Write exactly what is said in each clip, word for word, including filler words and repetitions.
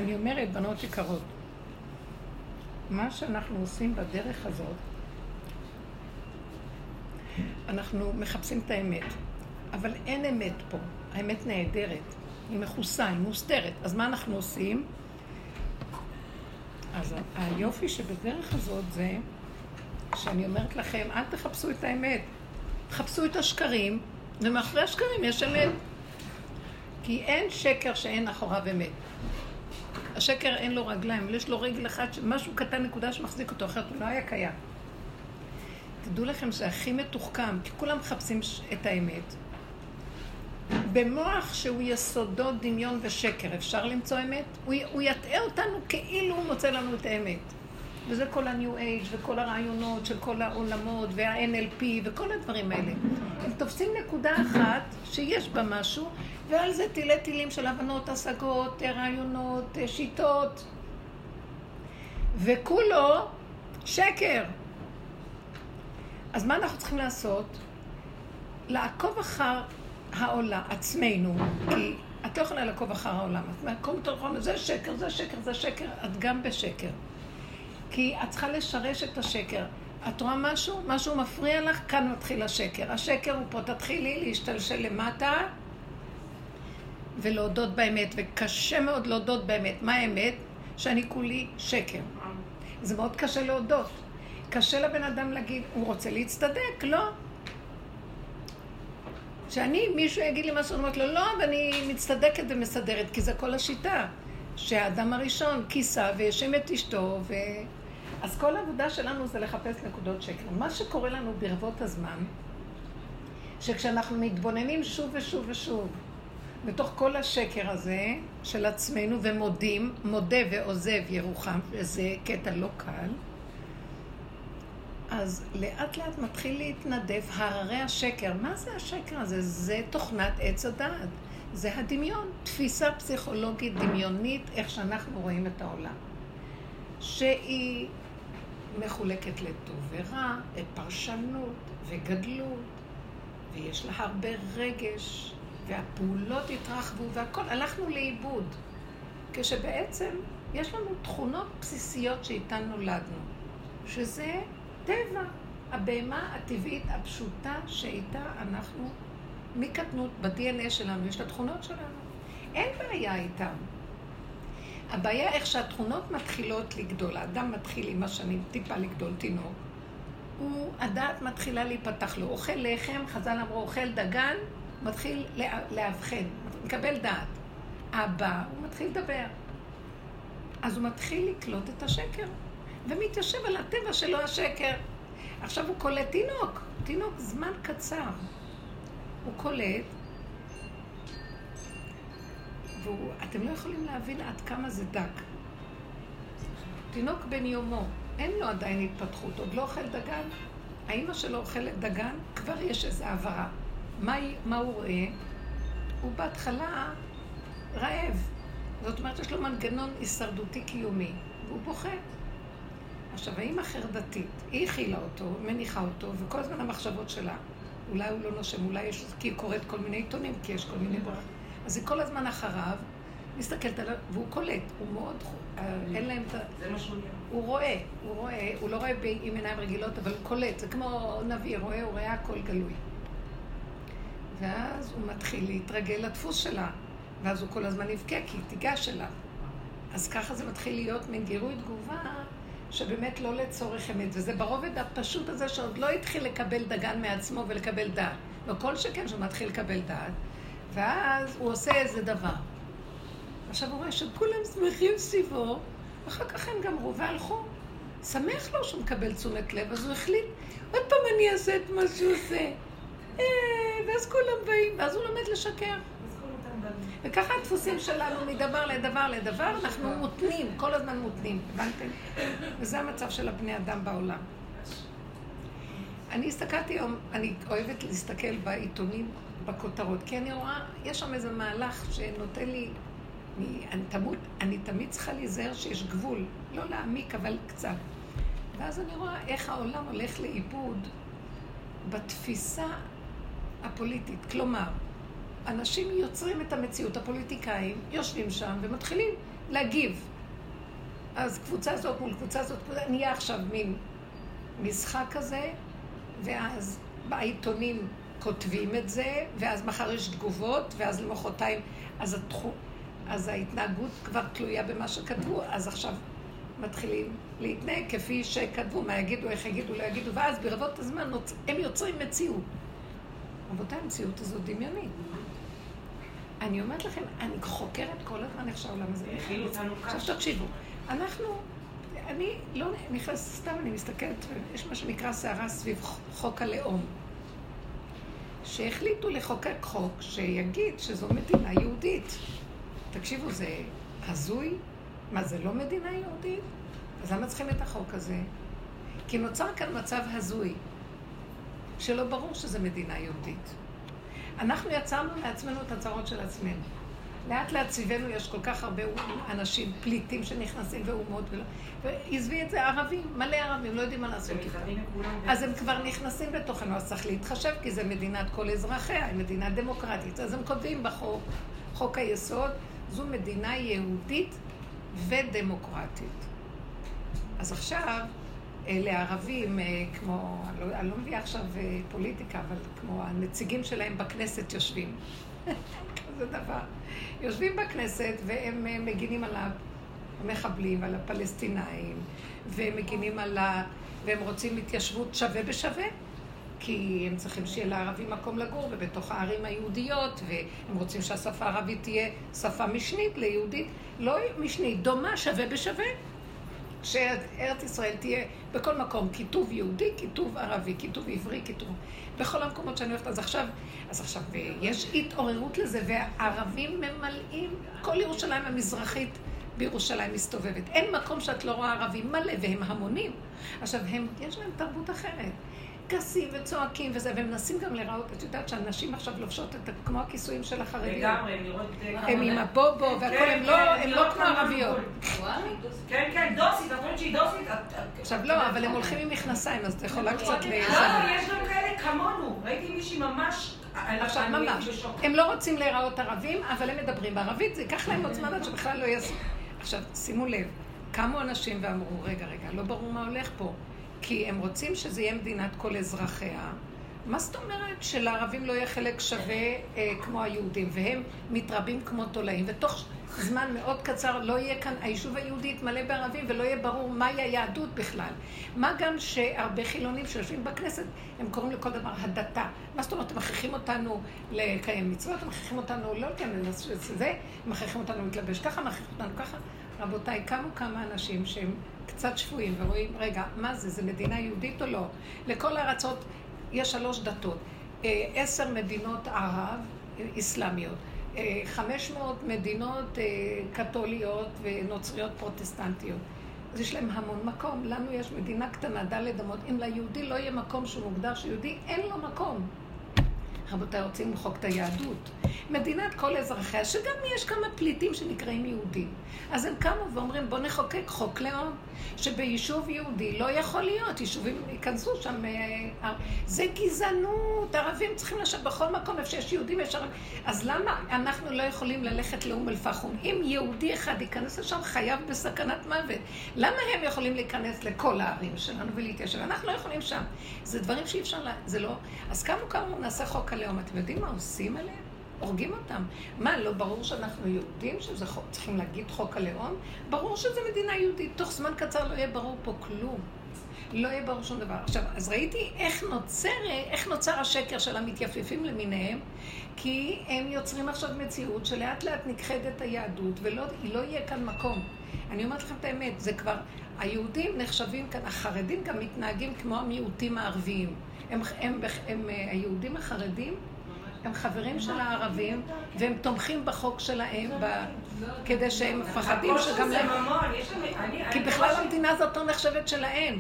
אני אומרת, בנות יקרות, מה שאנחנו עושים בדרך הזאת, אנחנו מחפשים את האמת, אבל אין אמת פה, האמת נהדרת, היא מכוסה, היא מוסתרת, אז מה אנחנו עושים? אז היופי שבדרך הזאת זה שאני אומרת לכם, אל תחפשו את האמת, תחפשו את השקרים, ומאחורי השקרים יש אמת. כי אין שקר שאין אחוריו אמת. השקר אין לו רגליים, יש לו רגל אחד, משהו קטן נקודה שמחזיק אותו, אחרת הוא לא היה קיים. תדעו לכם שזה הכי מתוחכם, כי כולם מחפשים את האמת. במוח שהוא יסודות דמיון ושקר, אפשר למצוא אמת? הוא, הוא יטעה אותנו כאילו הוא מוצא לנו את האמת. וזה כל ה-New Age וכל הרעיונות של כל העולמות וה-אן אל פי וכל הדברים האלה. הם תופסים נקודה אחת שיש בה משהו, ועל זה טילי טילים של הבנות, השגות, רעיונות, שיטות. וכולו שקר. אז מה אנחנו צריכים לעשות? לעקוב אחר העולם, עצמנו, כי את לא יכולה לעקוב אחר העולם. את מעקוב תלכון, זה שקר, זה שקר, זה שקר, את גם בשקר. כי את צריכה לשרש את השקר. את רואה משהו? משהו מפריע לך? כאן מתחיל השקר. השקר הוא פה, תתחילי להשתלשל למטה ולהודות באמת, וקשה מאוד להודות באמת. מה האמת? שאני כולי שקר. זה מאוד קשה להודות. קשה לבן אדם להגיד, הוא רוצה להצטדק, לא. שאני, מישהו יגיד לי משהו, אני אומרת לו, לא, ואני מצטדקת ומסדרת, כי זה כל השיטה. שהאדם הראשון כיסה וישם את אשתו, ו... אז כל העבודה שלנו זה לחפש נקודות שקר. מה שקורה לנו ברבות הזמן, שכשאנחנו מתבוננים שוב ושוב ושוב, בתוך כל השקר הזה של עצמנו ומודים, מודה ועוזב ירוחם, וזה קטע לא קל, אז לאט לאט מתחיל להתנדף הררי השקר. מה זה השקר הזה? זה תוכנת עץ הדעת. זה הדמיון, תפיסה פסיכולוגית דמיונית, איך שאנחנו רואים את העולם. שהיא מחולקת לטוב ורע, פרשנות וגדלות, ויש לה הרבה רגש, והפעולות התרחבו והכל, הלכנו לאיבוד. כשבעצם יש לנו תכונות בסיסיות שאיתן נולדנו, שזה טבע, הבהמה הטבעית הפשוטה שאיתה אנחנו מקטנות, ב-די אן איי שלנו, יש את התכונות שלנו. אין בעיה איתם. הבעיה איך שהתכונות מתחילות לגדול, האדם מתחיל עם השנים טיפה לגדול תינוק, הוא, הדעת מתחילה להיפתח לו, אוכל לחם, חז"ל אמרו, אוכל דגן, מתחיל להבחן, מקבל דעת. הבא, הוא מתחיל לדבר. אז הוא מתחיל לקלוט את השקר, ומתיישב על הטבע שלו השקר. עכשיו הוא קולט תינוק, תינוק זמן קצר. הוא קולט, ואתם לא יכולים להבין עד כמה זה דק. תינוק בן יומו, אין לו עדיין התפתחות, עוד לא אוכל דגן. האמא שלו אוכלת דגן, כבר יש איזו העברה. מה, מה הוא רואה? הוא בהתחלה רעב. זאת אומרת, יש לו מנגנון הישרדותי קיומי, והוא בוכה. עכשיו, האמא חרדתית, היא הכילה אותו, מניחה אותו, וכל הזמן המחשבות שלה, אולי הוא לא נושם, אולי יש, כי היא קוראת כל מיני עיתונים, כי יש כל מיני ברך. אז היא כל הזמן אחריו, מסתכלת עליו, והוא קולט, הוא מאוד, אין להם את ה... זה מה שהוא נראה. הוא רואה, הוא רואה, הוא לא רואה עם עיניים רגילות, אבל הוא קולט, זה כמו נביא, רואה, הוא רואה הכל גלוי. ואז הוא מתחיל להתרגל לדפוס שלה, ואז הוא כל הזמן יבכה, כי היא תיגש אליו. אז ככה זה מתחיל להיות מין גירוי תגובה, שבאמת לא לצורך אמת, וזה ברובד הפשוט הזה שעוד לא התחיל לקבל דגן מעצמו ולקבל דעת. וכל שכן שהוא מתחיל לקבל דעת, ואז הוא עושה איזה דבר. עכשיו הוא רואה שכולם שמחים סביבו, ואחר כך הם גמרו והלכו. שמח לו שהוא מקבל תשומת לב, אז הוא החליט, עוד פעם אני אעשה את מה שהוא עושה. ואז כולם באים, ואז הוא לומד לשקר. וככה הדפוסים שלנו מדבר לדבר לדבר, אנחנו מותנים, כל הזמן מותנים, הבנתם? וזה המצב של הבני אדם בעולם. אני הסתכלתי היום, אני אוהבת להסתכל בעיתונים, בכותרות, כי אני רואה, יש שם איזה מהלך שנותן לי, אני, תמות, אני תמיד צריכה להיזהר שיש גבול, לא להעמיק, אבל קצת. ואז אני רואה איך העולם הולך לאיבוד בתפיסה הפוליטית, כלומר, אנשים יוצרים את המציאות, הפוליטיקאים יושבים שם ומתחילים להגיב. אז קבוצה זאת מול קבוצה זאת, נהיה עכשיו מין משחק כזה, ואז בעיתונים כותבים את זה, ואז מחר יש תגובות, ואז למחרתיים, אז, התחו, אז ההתנהגות כבר תלויה במה שכתבו, אז עכשיו מתחילים להתנהג כפי שכתבו, מה יגידו, איך יגידו, לא יגידו, ואז ברבות הזמן הם יוצרים מציאות. רבותיי, המציאות הזאת דמיונית. אני אומרת לכם, אני חוקרת כל הזמן איך שהעולם הזה. עכשיו תקשיבו, אנחנו, אני לא נכנס, סתם אני מסתכלת, יש מה שנקרא שערה סביב חוק הלאום. שהחליטו לחוקק חוק שיגיד שזו מדינה יהודית. תקשיבו, זה הזוי? מה, זה לא מדינה יהודית? אז למה צריכים את החוק הזה? כי נוצר כאן מצב הזוי, שלא ברור שזה מדינה יהודית. אנחנו יצרנו לעצמנו את הצרות של עצמנו. לאט לאט סביבנו יש כל כך הרבה אנשים, פליטים שנכנסים ואומות, ועזבי את זה ערבים, מלא ערבים, לא יודעים מה לעשות איתם. אז הם כבר נכנסים בתוכנו, אז צריך להתחשב, כי זה מדינת כל אזרחיה, היא מדינה דמוקרטית. אז הם כותבים בחוק, חוק היסוד, זו מדינה יהודית ודמוקרטית. אז עכשיו, לערבים, כמו, אני לא מביאה עכשיו פוליטיקה, אבל כמו הנציגים שלהם בכנסת יושבים. כזה דבר. יושבים בכנסת והם מגינים על המחבלים ועל הפלסטינאים, והם מגינים על ה... והם רוצים התיישבות שווה בשווה, כי הם צריכים שיהיה לערבים מקום לגור, ובתוך הערים היהודיות, והם רוצים שהשפה הערבית תהיה שפה משנית ליהודית, לא משנית, דומה, שווה בשווה. שארץ ישראל תהיה בכל מקום כיתוב יהודי, כיתוב ערבי, כיתוב עברי, כיתוב... בכל המקומות שאני הולכת, אז עכשיו, אז עכשיו, יש התעוררות לזה, והערבים ממלאים, כל ירושלים המזרחית בירושלים מסתובבת. אין מקום שאת לא רואה ערבים מלא, והם המונים. עכשיו, הם, יש להם תרבות אחרת. גסים וצועקים וזה, והם מנסים גם לראות, את יודעת שהנשים עכשיו לובשות את כמו הכיסויים של החרדים. לגמרי, הם לראות... הם עם הבובו, והכל, הם לא כמו ערביות. כן, כן, דוסית, את אומרת שהיא דוסית. עכשיו לא, אבל הם הולכים עם מכנסיים, אז את יכולה קצת ל... לא, יש גם כאלה כמונו. ראיתי מישהי ממש... עכשיו ממש. הם לא רוצים להיראות ערבים, אבל הם מדברים בערבית, זה ייקח להם עוד זמן עד שבכלל לא יעשו. עכשיו, שימו לב, קמו אנשים ואמרו, רגע, רגע, לא ברור מה הולך פה. כי הם רוצים שזה יהיה מדינת כל אזרחיה. מה זאת אומרת שלערבים לא יהיה חלק שווה אה, כמו היהודים, והם מתרבים כמו תולעים, ותוך זמן מאוד קצר לא יהיה כאן, היישוב היהודי יתמלא בערבים, ולא יהיה ברור מהי היהדות בכלל. מה גם שהרבה חילונים שיושבים בכנסת, הם קוראים לכל דבר הדתה. מה זאת אומרת, הם מכריחים אותנו לקיים מצוות, הם מכריחים אותנו לא לקיים לזה, הם מכריחים אותנו להתלבש ככה, מכריחים אותנו ככה. רבותיי, קמו כמה אנשים שהם קצת שפויים ורואים, רגע, מה זה? זה מדינה יהודית או לא? לכל הארצות יש שלוש דתות. עשר מדינות ערב, אסלאמיות. חמש מאות מדינות קתוליות ונוצריות פרוטסטנטיות. אז יש להם המון מקום. לנו יש מדינה קטנה, דלת אמות. אם ליהודי לא יהיה מקום שהוא מוגדר שיהודי, אין לו מקום. רבותיי, רוצים למחוק את היהדות. מדינת כל אזרחיה, שגם יש כמה פליטים שנקראים יהודים. אז הם קמו ואומרים, בוא נחוקק חוק לאום, שביישוב יהודי לא יכול להיות, יישובים ייכנסו שם, זה גזענות, ערבים צריכים לשבת בכל מקום, איפה שיש יהודים יש ערבים. אז למה אנחנו לא יכולים ללכת לאום אל-פחום? אם יהודי אחד ייכנס לשם, חייב בסכנת מוות. למה הם יכולים להיכנס לכל הערים שלנו ולהתיישב? אנחנו לא יכולים שם. זה דברים שאי אפשר, לה... זה לא... אז כמה כמה נעשה חוק הלאום? אתם יודעים מה עושים עליהם? הורגים אותם. מה, לא ברור שאנחנו יהודים, שזה חוק, צריכים להגיד חוק הלאום? ברור שזה מדינה יהודית. תוך זמן קצר לא יהיה ברור פה כלום. לא יהיה ברור שום דבר. עכשיו, אז ראיתי איך נוצר, איך נוצר השקר של המתייפפים למיניהם, כי הם יוצרים עכשיו מציאות שלאט לאט נכחדת היהדות, ולא לא יהיה כאן מקום. אני אומרת לכם את האמת, זה כבר, היהודים נחשבים כאן, החרדים גם מתנהגים כמו המיעוטים הערביים. הם, הם, הם, הם, היהודים החרדים, הם חברים של הערבים, והם תומכים בחוק שלהם, ב... כדי שהם מפחדים שגם להם... כי בכלל המדינה הזאת לא נחשבת שלהם.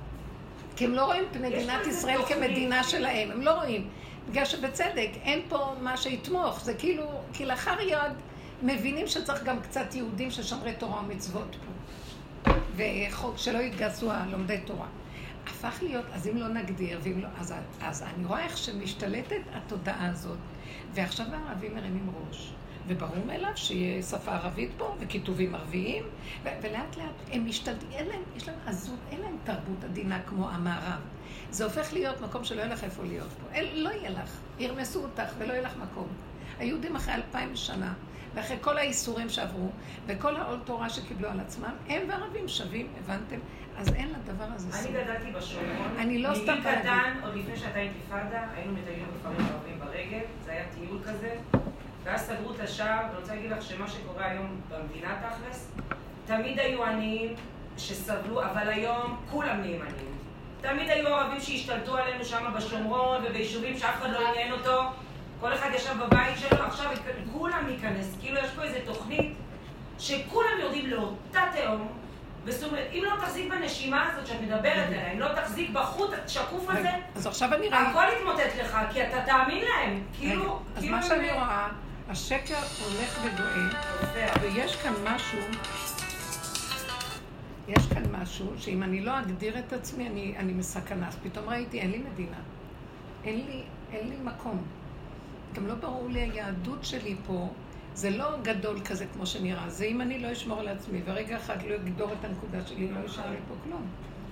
כי הם לא רואים את מדינת ישראל כמדינה שלהם, הם לא רואים. בגלל שבצדק אין פה מה שיתמוך, זה כאילו, כי לאחר יד מבינים שצריך גם קצת יהודים ששומרי תורה ומצוות פה. וחוק שלא יתגייסו הלומדי תורה. הפך להיות, אז אם לא נגדיר, ואם לא, אז, אז אני רואה איך שמשתלטת התודעה הזאת, ועכשיו הערבים מרימים ראש, וברור מאליו שיהיה שפה ערבית פה, וכיתובים ערביים, ו- ולאט לאט הם משתלטים, אין להם, יש להם עזות, אין להם תרבות עדינה כמו המערב. זה הופך להיות מקום שלא יהיה לך איפה להיות פה. אל, לא יהיה לך, ירמסו אותך ולא יהיה לך מקום. היהודים אחרי אלפיים שנה, ואחרי כל האיסורים שעברו, וכל העול תורה שקיבלו על עצמם, הם וערבים שווים, הבנתם? אז אין לדבר הזה סוף. אני גדלתי בשומרון. אני לא סתם מגיל קטן, עוד לפני שהייתה אינתיפאדה, היינו מטיילים בכפרים ערבים ברגל, זה היה טיול כזה, ואז סגרו את השער, ואני רוצה להגיד לך שמה שקורה היום במדינה תכלס, תמיד היו עניים שסבלו, אבל היום כולם נהיים עניים. תמיד היו ערבים שהשתלטו עלינו שם בשומרון וביישובים שאף אחד לא עניין אותו. כל אחד ישב בבית שלו, עכשיו כולם ניכנס. כאילו יש פה איזו תוכנית שכולם יורדים לאותה תהום, זאת אומרת, אם לא תחזיק בנשימה הזאת שאת מדברת עליה, אם לא תחזיק בחוט השקוף הזה, אז עכשיו אני ראיתי... הכל יתמוטט לך, כי אתה תאמין להם. כאילו... אז מה שאני רואה, השקר הולך ודועה, ויש כאן משהו... יש כאן משהו שאם אני לא אגדיר את עצמי, אני, אני מסכנה. אז פתאום ראיתי, אין לי מדינה. אין לי, אין לי מקום. גם לא ברור לי היהדות שלי פה. זה לא גדול כזה כמו שנראה. זה אם אני לא אשמור על עצמי, ורגע אחד לא אגדור את הנקודה שלי, לא ישאר לי פה כלום.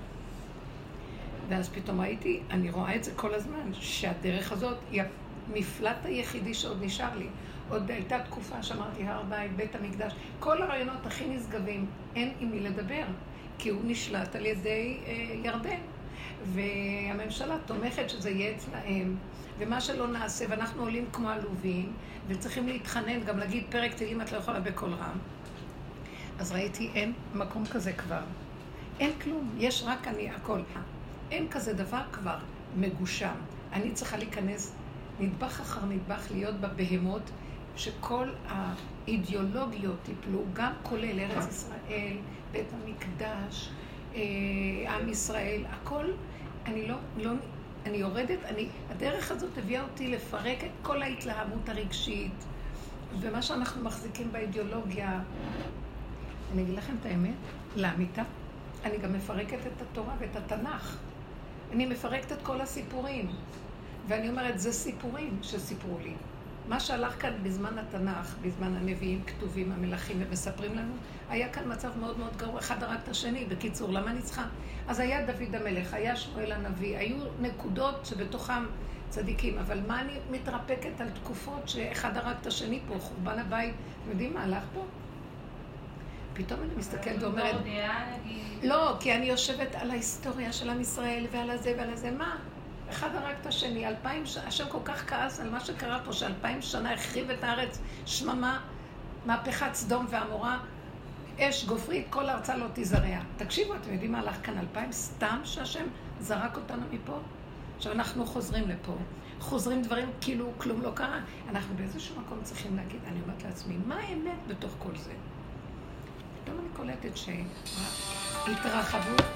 ואז פתאום ראיתי, אני רואה את זה כל הזמן, שהדרך הזאת היא המפלט היחידי שעוד נשאר לי. עוד הייתה תקופה שאמרתי, הר בית, בית המקדש, כל הרעיונות הכי נשגבים, אין עם מי לדבר, כי הוא נשלט על ידי אה, ירדן, והממשלה תומכת שזה יהיה אצלהם, ומה שלא נעשה, ואנחנו עולים כמו עלובים, וצריכים להתחנן, גם להגיד פרק תהילים, את לא יכולה בכל רם. אז ראיתי, אין מקום כזה כבר. אין כלום, יש רק אני, הכל. אין כזה דבר כבר מגושם. אני צריכה להיכנס נדבך אחר נדבך, להיות בבהמות, שכל האידיאולוגיות טיפלו, גם כולל ארץ ישראל, בית המקדש, עם ישראל, הכל, אני לא, לא, אני יורדת, אני, הדרך הזאת הביאה אותי לפרק את כל ההתלהמות הרגשית, ומה שאנחנו מחזיקים באידיאולוגיה, אני אגיד לכם את האמת, לאמיתה, אני גם מפרקת את התורה ואת התנ"ך, אני מפרקת את כל הסיפורים, ואני אומרת, זה סיפורים שסיפרו לי. מה שהלך כאן בזמן התנ"ך, בזמן הנביאים, כתובים, המלכים, ומספרים לנו, היה כאן מצב מאוד מאוד גרוע, אחד הרג את השני, בקיצור, למה אני צריכה? אז היה דוד המלך, היה שמואל הנביא, היו נקודות שבתוכם צדיקים, אבל מה אני מתרפקת על תקופות שאחד הרג את השני פה, חורבן הבית, אתם יודעים מה הלך פה? פתאום אני מסתכלת ואומרת, לא, כי אני יושבת על ההיסטוריה של עם ישראל ועל הזה ועל הזה, מה? אחד הרג את השני, אלפיים שנה, השם כל כך כעס על מה שקרה פה, שאלפיים שנה החריב את הארץ, שממה, מהפכת סדום ועמורה, אש גופרית, כל הארצה לא תזרע. תקשיבו, אתם יודעים מה הלך כאן אלפיים? סתם שהשם זרק אותנו מפה? עכשיו אנחנו חוזרים לפה, חוזרים דברים כאילו כלום לא קרה. אנחנו באיזשהו מקום צריכים להגיד, אני אומרת לעצמי, מה האמת בתוך כל זה? פתאום אני קולטת שהתרחבות,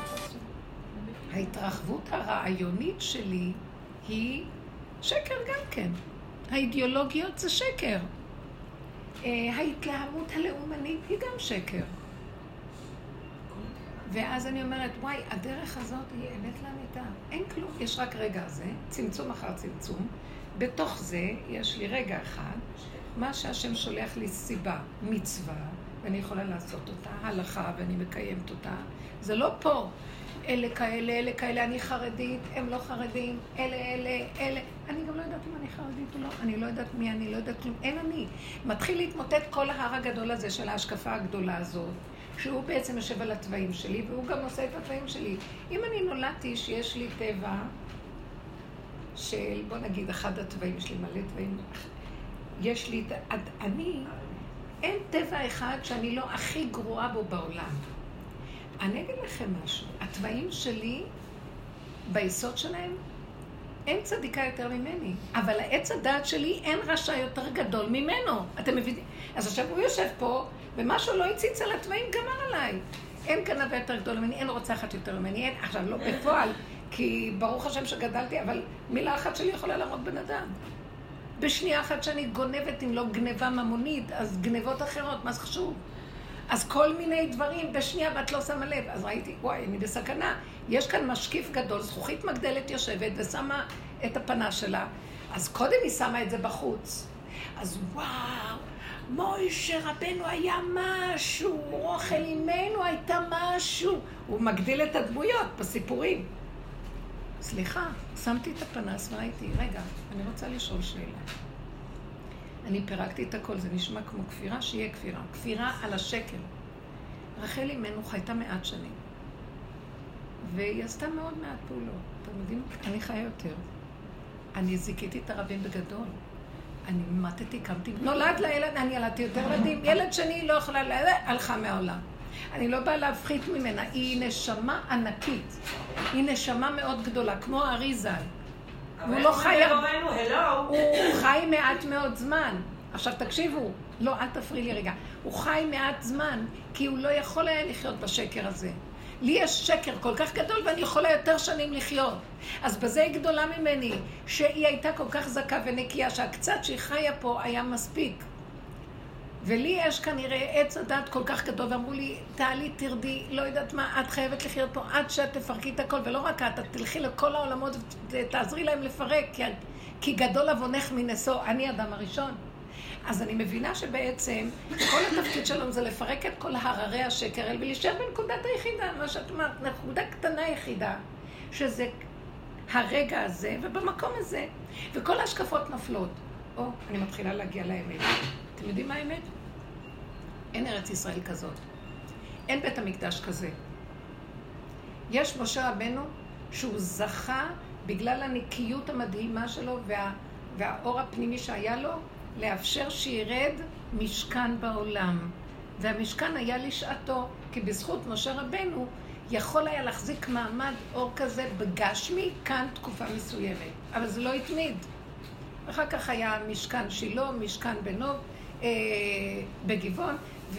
ההתרחבות הרעיונית שלי היא שקר גם כן. האידיאולוגיות זה שקר. ההתלהמות הלאומנית היא גם שקר. ואז אני אומרת, וואי, הדרך הזאת היא אמת לאמיתה. אין כלום, יש רק רגע הזה, צמצום אחר צמצום. בתוך זה יש לי רגע אחד, מה שהשם שולח לי סיבה, מצווה, ואני יכולה לעשות אותה, הלכה, ואני מקיימת אותה. זה לא פה. אלה כאלה, אלה כאלה, אני חרדית, הם לא חרדים, אלה, אלה, אלה. אני גם לא יודעת אם אני חרדית או לא, אני לא יודעת מי, אני לא יודעת כלום, אין אני. מתחיל להתמוטט כל ההר הגדול הזה של ההשקפה הגדולה הזאת, שהוא בעצם יושב על התוואים שלי, והוא גם עושה את התוואים שלי. אם אני נולדתי שיש לי טבע של, בוא נגיד, אחד התוואים שלי, מלא תוואים, יש לי, אני, אין טבע אחד שאני לא הכי גרועה בו בעולם. אני אגיד לכם משהו, התוואים שלי, ביסוד שלהם, אין צדיקה יותר ממני, אבל העץ הדעת שלי אין רשע יותר גדול ממנו. אתם מבינים? אז עכשיו הוא יושב פה, ומשהו לא הציץ על התוואים, גמר עליי. אין גנבה יותר גדול ממני, אין רוצחת יותר ממני, אין, עכשיו לא בפועל, כי ברוך השם שגדלתי, אבל מילה אחת שלי יכולה להרוג בן אדם. בשנייה אחת שאני גונבת, אם לא גנבה ממונית, אז גנבות אחרות, מה זה חשוב? אז כל מיני דברים, בשנייה ואת לא שמה לב. אז ראיתי, וואי, אני בסכנה. יש כאן משקיף גדול, זכוכית מגדלת יושבת ושמה את הפנה שלה. אז קודם היא שמה את זה בחוץ. אז וואו, מוישה רבנו היה משהו, רוחל אימנו הייתה משהו. הוא מגדיל את הדמויות בסיפורים. סליחה, שמתי את הפנס וראיתי, רגע, אני רוצה לשאול שאלה. אני פירקתי את הכל, זה נשמע כמו כפירה, שיהיה כפירה. כפירה על השקל. רחל אימנו חייתה מעט שנים. והיא עשתה מאוד מעט פעולות. אתם יודעים, אני חיה יותר. אני זיקיתי את הרבים בגדול. אני מתתי, קמתי. נולד לילד, אני ילדתי יותר ילדים. ילד שני לא יכולה לילד, הלכה מהעולם. אני לא באה להפחית ממנה. היא נשמה ענקית. היא נשמה מאוד גדולה, כמו אריזל. הוא לא חי... הוא חי מעט מאוד זמן. עכשיו תקשיבו, לא, אל תפריע לי רגע. הוא חי מעט זמן, כי הוא לא יכול היה לחיות בשקר הזה. לי יש שקר כל כך גדול ואני יכולה יותר שנים לחיות. אז בזה היא גדולה ממני, שהיא הייתה כל כך זקה ונקייה, שהקצת שהיא חיה פה היה מספיק. ולי יש כנראה עץ הדת כל כך גדול, ואמרו לי, תעלי, תרדי, לא יודעת מה, את חייבת לחיות פה עד שאת תפרקי את הכל, ולא רק את, את תלכי לכל העולמות ותעזרי להם לפרק, כי, כי גדול אבונך מנשוא, אני אדם הראשון. אז אני מבינה שבעצם כל התפקיד שלנו זה לפרק את כל הררי השקר ולהישאר בנקודת היחידה, מה שאת אומרת, נקודה קטנה יחידה, שזה הרגע הזה ובמקום הזה, וכל ההשקפות נופלות. או, אני מתחילה להגיע לאמת. אתם יודעים מה האמת? אין ארץ ישראל כזאת. אין בית המקדש כזה. יש משה רבנו שהוא זכה בגלל הנקיות המדהימה שלו וה, והאור הפנימי שהיה לו, לאפשר שירד משכן בעולם. והמשכן היה לשעתו, כי בזכות משה רבנו יכול היה להחזיק מעמד אור כזה בגשמי כאן תקופה מסוימת. אבל זה לא התמיד. אחר כך היה משכן שילה, משכן בנוב, אה, בגבעון,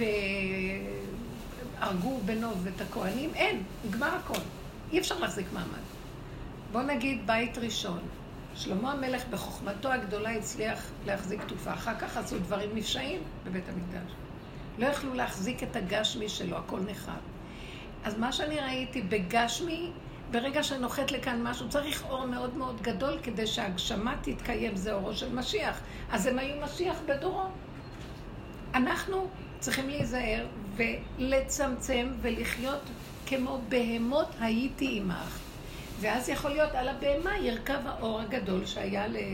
והרגו בנוב את הכהנים. אין, נגמר הכל. אי אפשר להחזיק מעמד. בוא נגיד בית ראשון. שלמה המלך בחוכמתו הגדולה הצליח להחזיק תקופה. אחר כך עשו דברים נפשעים בבית המקדש. לא יכלו להחזיק את הגשמי שלו, הכל נחרב. אז מה שאני ראיתי בגשמי, ברגע שנוחת לכאן משהו, צריך אור מאוד מאוד גדול כדי שהגשמה תתקיים, זה אורו של משיח. אז הם היו משיח בדורו. אנחנו צריכים להיזהר ולצמצם ולחיות כמו בהמות הייתי עמך. ואז יכול להיות על הבהמה ירכב האור הגדול שהיה, ל...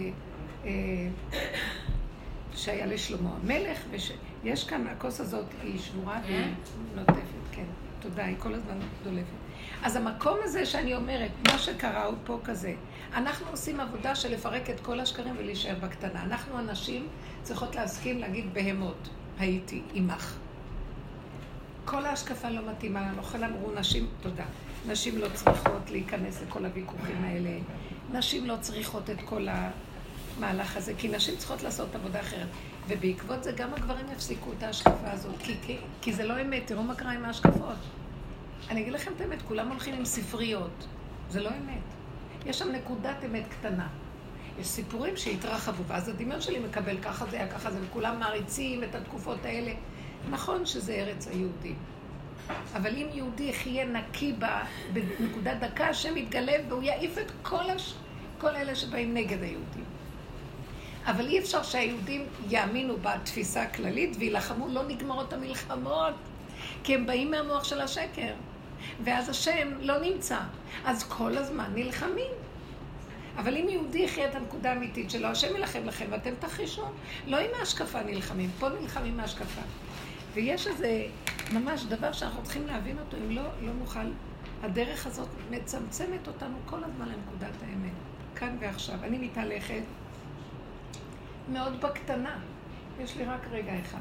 שהיה לשלמה המלך, ויש כאן, הכוס הזאת היא שבורה והיא נוטפת, כן, תודה, היא כל הזמן דולפת. אז המקום הזה שאני אומרת, מה שקרה הוא פה כזה, אנחנו עושים עבודה של לפרק את כל השקרים ולהישאר בקטנה. אנחנו אנשים צריכות להסכים להגיד בהמות, הייתי עמך. כל ההשקפה לא מתאימה, לא יכול אמרו נשים, תודה. נשים לא צריכות להיכנס לכל הוויכוחים האלה. נשים לא צריכות את כל המהלך הזה, כי נשים צריכות לעשות עבודה אחרת. ובעקבות זה גם הגברים יפסיקו את ההשקפה הזאת, כי, כי, כי זה לא אמת. תראו מה קרה עם ההשקפות. אני אגיד לכם את האמת, כולם הולכים עם ספריות. זה לא אמת. יש שם נקודת אמת קטנה. יש סיפורים שהתרחבו, ואז הדמיון שלי מקבל ככה זה היה ככה זה, וכולם מעריצים את התקופות האלה. נכון שזה ארץ היהודים. אבל אם יהודי יחיה נקי בה, בנקודת דקה, השם יתגלה והוא יעיף את כל, הש... כל אלה שבאים נגד היהודים. אבל אי אפשר שהיהודים יאמינו בתפיסה הכללית וילחמו, לא נגמרות המלחמות, כי הם באים מהמוח של השקר. ואז השם לא נמצא. אז כל הזמן נלחמים. אבל אם יהודי יחיה את הנקודה האמיתית שלו, השם ילחם לכם ואתם תחישו. לא עם ההשקפה נלחמים, פה נלחמים מההשקפה. ויש איזה ממש דבר שאנחנו צריכים להבין אותו, אם לא, לא נוכל. הדרך הזאת מצמצמת אותנו כל הזמן לנקודת האמת. כאן ועכשיו. אני מתהלכת מאוד בקטנה. יש לי רק רגע אחד.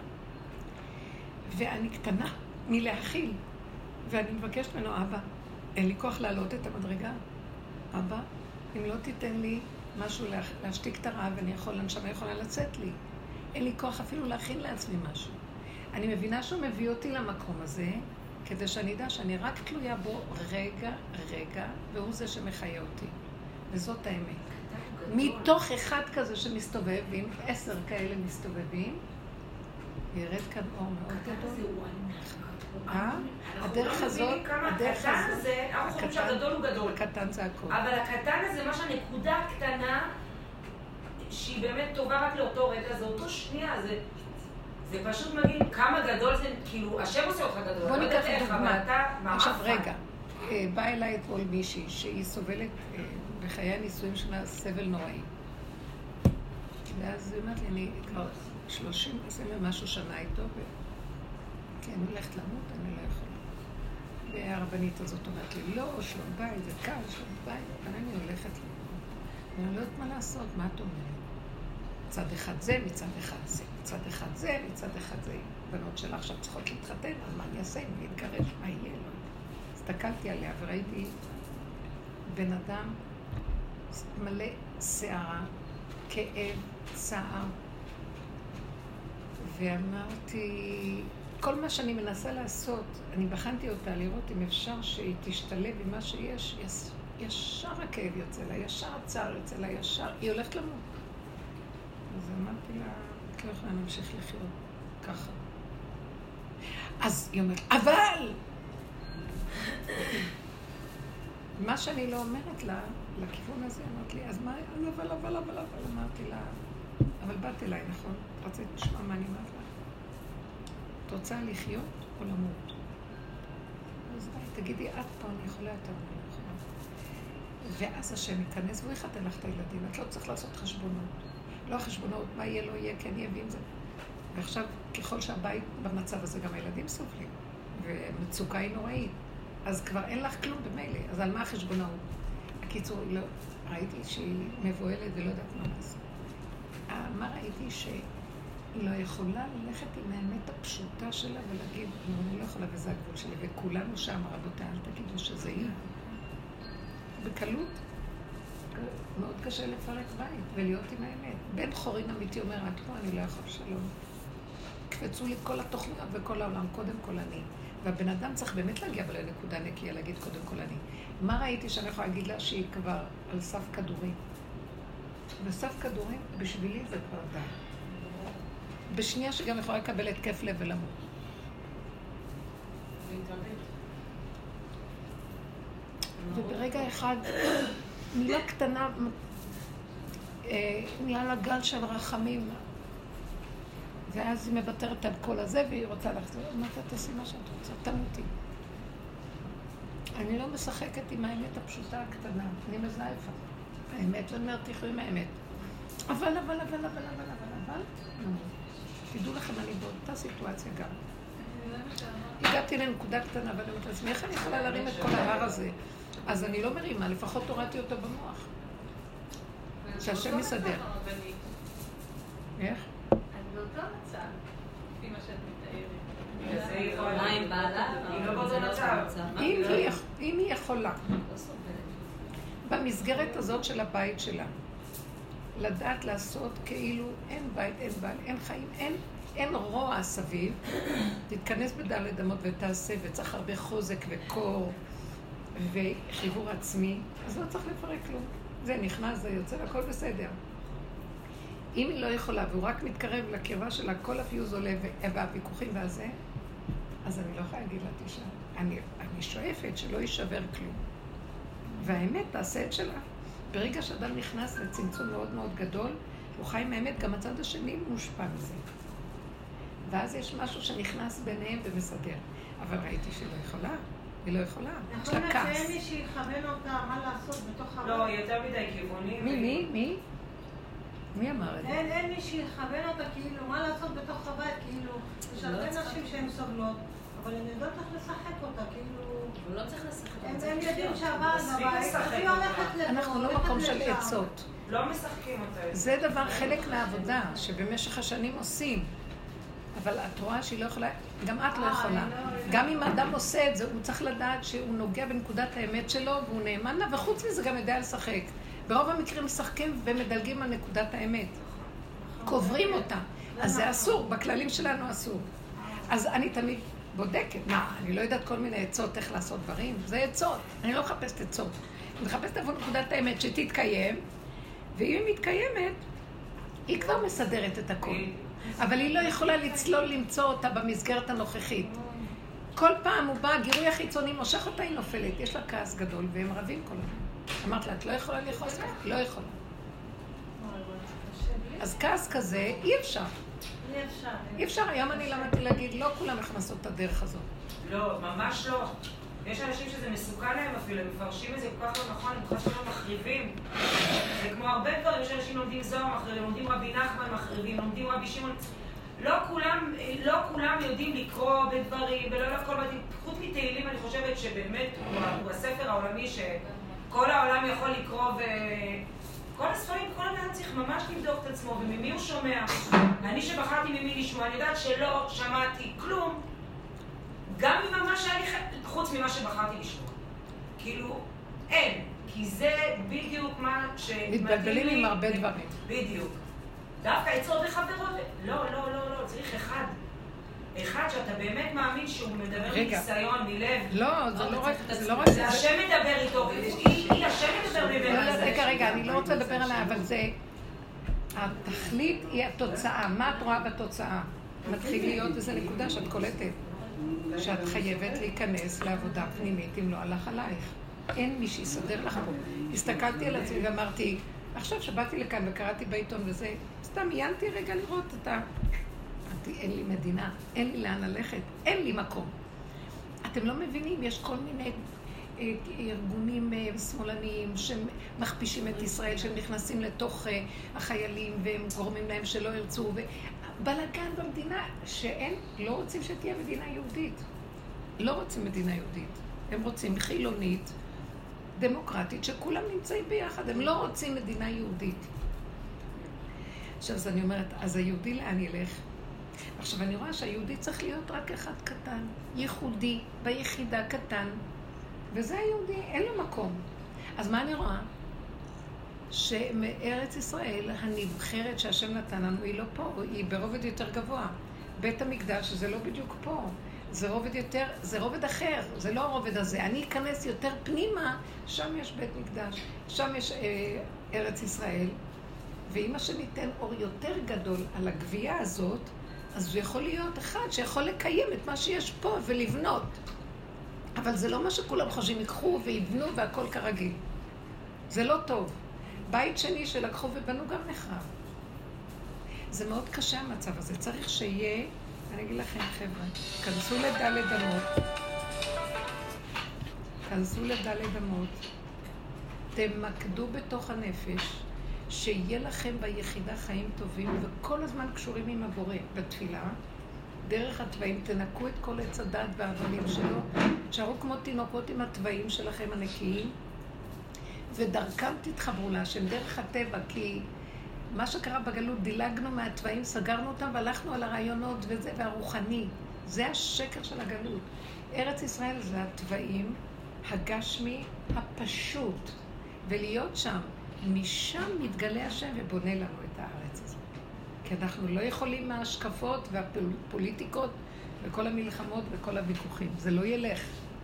ואני קטנה מלהכיל. ואני מבקשת ממנו, אבא, אין לי כוח להעלות את המדרגה. אבא, אם לא תיתן לי משהו להשתיק את הרעב, אני יכול, הנשמה יכולה לצאת לי. אין לי כוח אפילו להכין לעצמי משהו. אני מבינה שהוא מביא אותי למקום הזה, כדי שאני אדע שאני רק תלויה בו רגע, רגע, והוא זה שמחיה אותי. וזאת האמת. מתוך אחד כזה שמסתובב, ועם עשר כאלה מסתובבים, ירד כאן אור מאוד גדול. אה? הדרך הזאת, הדרך הזאת, אנחנו חושבים שהגדול הוא גדול. הקטן זה הכל. אבל הקטן הזה, מה שהנקודה הקטנה, שהיא באמת טובה רק לאותו רגע, זה אותו שנייה, זה... זה פשוט מגיד כמה גדול זה, כאילו, השם עושה אותך גדול. בוא ניקח דוגמה. עכשיו מאפן. רגע, בא אליי אתמול מישהי שהיא סובלת בחיי הנישואים שלה סבל נוראי. ואז היא אומרת לי, אני כבר שלושים, עשרים ומשהו שנה איתו, וכי אני הולכת למות, אני לא יכולה. והרבנית הזאת אומרת לי, לא, שלום בית, זה קל, שלום בית, אבל אני הולכת למות. ואני לא יודעת מה לעשות, מה את אומרת? מצד אחד זה, מצד אחד זה, מצד אחד זה, מצד אחד זה. בנות שלה עכשיו צריכות להתחתן, אז מה אני אעשה? אם להתגרש, מה יהיה? לא. הסתכלתי עליה וראיתי בן אדם מלא שערה, כאב, צער, ואמרתי, כל מה שאני מנסה לעשות, אני בחנתי אותה לראות אם אפשר שהיא תשתלב עם מה שיש, ישר הכאב יוצא לה, ישר הצער יוצא לה, ישר, היא הולכת למות. אז אמרתי לה, את לא יכולה להמשיך לחיות ככה. אז היא אומרת, אבל! מה שאני לא אומרת לה, לכיוון הזה, אמרת לי, אז מה, אבל, אבל, אבל, אבל, אמרתי לה, אבל באת אליי, נכון? רצית לשמוע מה אני אומרת לה. את רוצה לחיות או למות? אז תגידי, את פה, אני יכולה יותר, אני יכולה. ואז השם ייכנס והוא יחתן לך את הילדים, את לא צריך לעשות חשבונות. לא החשבונות, מה יהיה, לא יהיה, כן יהיה, ואם זה. ועכשיו, ככל שהבית במצב הזה, גם הילדים סובלים, ומצוקה היא נוראית, אז כבר אין לך כלום במילא, אז על מה החשבונאות? הקיצור, לא, ראיתי שהיא מבועלת ולא יודעת מה לעשות. מה ראיתי שהיא לא יכולה ללכת עם האמת הפשוטה שלה ולהגיד, אני לא יכולה וזה הגבול שלי, וכולנו שם, רבותיי, אל תגידו שזה היא. בקלות. מאוד קשה לפרק בית ולהיות עם האמת. בן חורין אמיתי אומר, את לא, אני לא יכול שלום. קפצו לי כל התוכניות וכל העולם, קודם כל אני. והבן אדם צריך באמת להגיע לנקודה נקייה, להגיד קודם כל אני. מה ראיתי שאני יכולה להגיד לה שהיא כבר על סף כדורים? בסף כדורים, בשבילי זה כבר די. בשנייה שגם יכולה לקבל התקף לב ולמות. וברגע אחד, מילה קטנה, נהיה לה גל של רחמים. ואז היא מוותרת על כל הזה והיא רוצה לחזור. אמרת, תעשי מה שאת רוצה, תמותי. אני לא משחקת עם האמת הפשוטה הקטנה, אני מזהה איפה. האמת, ואני אומרת, תחיו עם האמת. אבל, אבל, אבל, אבל, אבל, אבל, אבל, תדעו לכם, אני באותה סיטואציה גם. הגעתי לנקודה קטנה, ואני אומרת לעצמי, איך אני יכולה להרים את כל ההר הזה? אז אני לא מרימה, לפחות הורדתי אותו במוח. שהשם מסדר. איך? את באותו מצב, לפי מה שאת מתארת. מה עם בעלה? היא לא באותו מצב. אם היא יכולה, במסגרת הזאת של הבית שלה, לדעת לעשות כאילו אין בית, אין בעל, אין חיים, אין, אין רוע סביב, תתכנס בדלת אמות ותעשה, וצריך הרבה חוזק וקור וחיבור עצמי, אז לא צריך לפרק כלום. זה נכנס, זה יוצא, הכל בסדר. אם היא לא יכולה, והוא רק מתקרב לקרבה שלה, כל הפיוז עולה והוויכוחים והזה, אז אני לא יכולה להגיד לה תשעה. אני, אני שואפת שלא יישבר כלום. והאמת תעשה את שלה. ברגע שאדם נכנס לצמצום מאוד מאוד גדול, הוא חי מהאמת, גם הצד השני מושפע מזה. ואז יש משהו שנכנס ביניהם ומסדר. אבל ראיתי שהיא לא יכולה, היא לא יכולה. יש לה כעס. שאין מי שיכוון אותה מה לעשות בתוך הבית. לא, יותר מדי כיוונים. מי, מי, מי? מי אמר את זה? אין, אין מי שיכוון אותה כאילו מה לעשות בתוך הבית, כאילו, יש הרבה נשים שהן סובלות, אבל הן יודעות איך לשחק אותה, כאילו... הוא לא צריך לשחק אותה. הם יודעים שהבעל בבית, אז היא הולכת לפה, אנחנו לא מקום של עצות. לא משחקים אותה. זה דבר חלק מהעבודה שבמשך השנים עושים. אבל את רואה שהיא לא יכולה, גם את לא יכולה. גם אם האדם עושה את זה, הוא צריך לדעת שהוא נוגע בנקודת האמת שלו, והוא נאמן לה, וחוץ מזה גם יודע לשחק. ברוב המקרים משחקים ומדלגים על נקודת האמת. קוברים אותה. אז זה אסור, בכללים שלנו אסור. אז אני תמיד בודקת, מה, אני לא יודעת כל מיני עצות איך לעשות דברים, זה עצות, אני לא מחפשת עצות. אני מחפשת איפה נקודת האמת שתתקיים, ואם היא מתקיימת, היא כבר מסדרת את הכל. אבל היא לא יכולה לצלול למצוא אותה במסגרת הנוכחית. כל פעם הוא בא, הגירוי החיצוני מושך אותה, היא נופלת, יש לה כעס גדול, והם רבים כל הזמן. אמרת לה, את לא יכולה לכעוס ככה? לא יכולה. אז כעס כזה, אי אפשר. אי אפשר. אי אפשר, היום אני למדתי להגיד, לא כולם נכנסות את הדרך הזאת. לא, ממש לא. יש אנשים שזה מסוכן להם אפילו, הם מפרשים את זה כל כך לא נכון, הם כל כך לא מחריבים. זה כמו הרבה דברים שאנשים לומדים זוהר מחריבים, לומדים רבי נחמן מחריבים, לומדים רבי שמעון. לא כולם, לא כולם יודעים לקרוא בדברים, ולא לכל בדברים. חוץ מתהילים, אני חושבת שבאמת הוא הספר העולמי שכל העולם יכול לקרוא, וכל הספרים, כל אדם צריך ממש לבדוק את עצמו, וממי הוא שומע. אני שבחרתי ממי לשמוע, אני יודעת שלא שמעתי כלום, גם ממש היה לי חוץ ממה שבחרתי לשמוע. כאילו, אין, כי זה בדיוק מה שמתאים לי. מתבלבלים עם הרבה דברים. בדיוק. דווקא עצות וחברות, לא, לא, לא, לא, צריך אחד. אחד שאתה באמת מאמין שהוא מדבר מניסיון, מלב. לא, זה לא רק... זה לא רק... זה השם מדבר איתו, היא השם מדבר ממנו. רגע, רגע, אני לא רוצה לדבר עליה, אבל זה... התכלית היא התוצאה. מה את רואה בתוצאה? מתחיל להיות איזו נקודה שאת קולטת. שאת חייבת להיכנס לעבודה פנימית אם לא הלך עלייך. אין מי שיסדר לך פה. הסתכלתי על עצמי ואמרתי, עכשיו שבאתי לכאן וקראתי בעיתון וזה, סתם עיינתי רגע לראות אותה. אמרתי, אין לי מדינה, אין לי לאן ללכת, אין לי מקום. אתם לא מבינים, יש כל מיני אה, ארגונים אה, שמאלניים שמכפישים את ישראל, שהם נכנסים לתוך אה, החיילים והם גורמים להם שלא ירצו. ו... בלגן במדינה שאין, לא רוצים שתהיה מדינה יהודית. לא רוצים מדינה יהודית. הם רוצים חילונית, דמוקרטית, שכולם נמצאים ביחד. הם לא רוצים מדינה יהודית. עכשיו, אז אני אומרת, אז היהודי לאן ילך? עכשיו, אני רואה שהיהודי צריך להיות רק אחד קטן, ייחודי, ביחידה קטן, וזה היהודי, אין לו מקום. אז מה אני רואה? שמארץ ישראל הנבחרת שהשם נתן לנו היא לא פה, היא ברובד יותר גבוה. בית המקדש זה לא בדיוק פה, זה רובד יותר, זה רובד אחר, זה לא הרובד הזה. אני אכנס יותר פנימה, שם יש בית מקדש, שם יש אה, ארץ ישראל, ואם השם ייתן אור יותר גדול על הגבייה הזאת, אז הוא יכול להיות אחד שיכול לקיים את מה שיש פה ולבנות. אבל זה לא מה שכולם חושבים, ייקחו ויבנו והכל כרגיל. זה לא טוב. בית שני שלקחו ובנו גם נחרב. זה מאוד קשה המצב הזה. צריך שיהיה, אני אגיד לכם חבר'ה, כנסו לדלת אמות, כנסו לדלת אמות, תמקדו בתוך הנפש, שיהיה לכם ביחידה חיים טובים, וכל הזמן קשורים עם הבורא בתפילה, דרך התוואים, תנקו את כל עץ הדת והאבנים שלו, תשארו כמו תינוקות עם התוואים שלכם הנקיים, ודרכם תתחברו להשם, דרך הטבע, כי מה שקרה בגלות, דילגנו מהתוואים, סגרנו אותם והלכנו על הרעיונות וזה, והרוחני. זה השקר של הגלות. ארץ ישראל זה התוואים, הגשמי, הפשוט, ולהיות שם. משם מתגלה השם ובונה לנו את הארץ הזאת. כי אנחנו לא יכולים מההשקפות והפוליטיקות וכל המלחמות וכל הוויכוחים. זה לא ילך.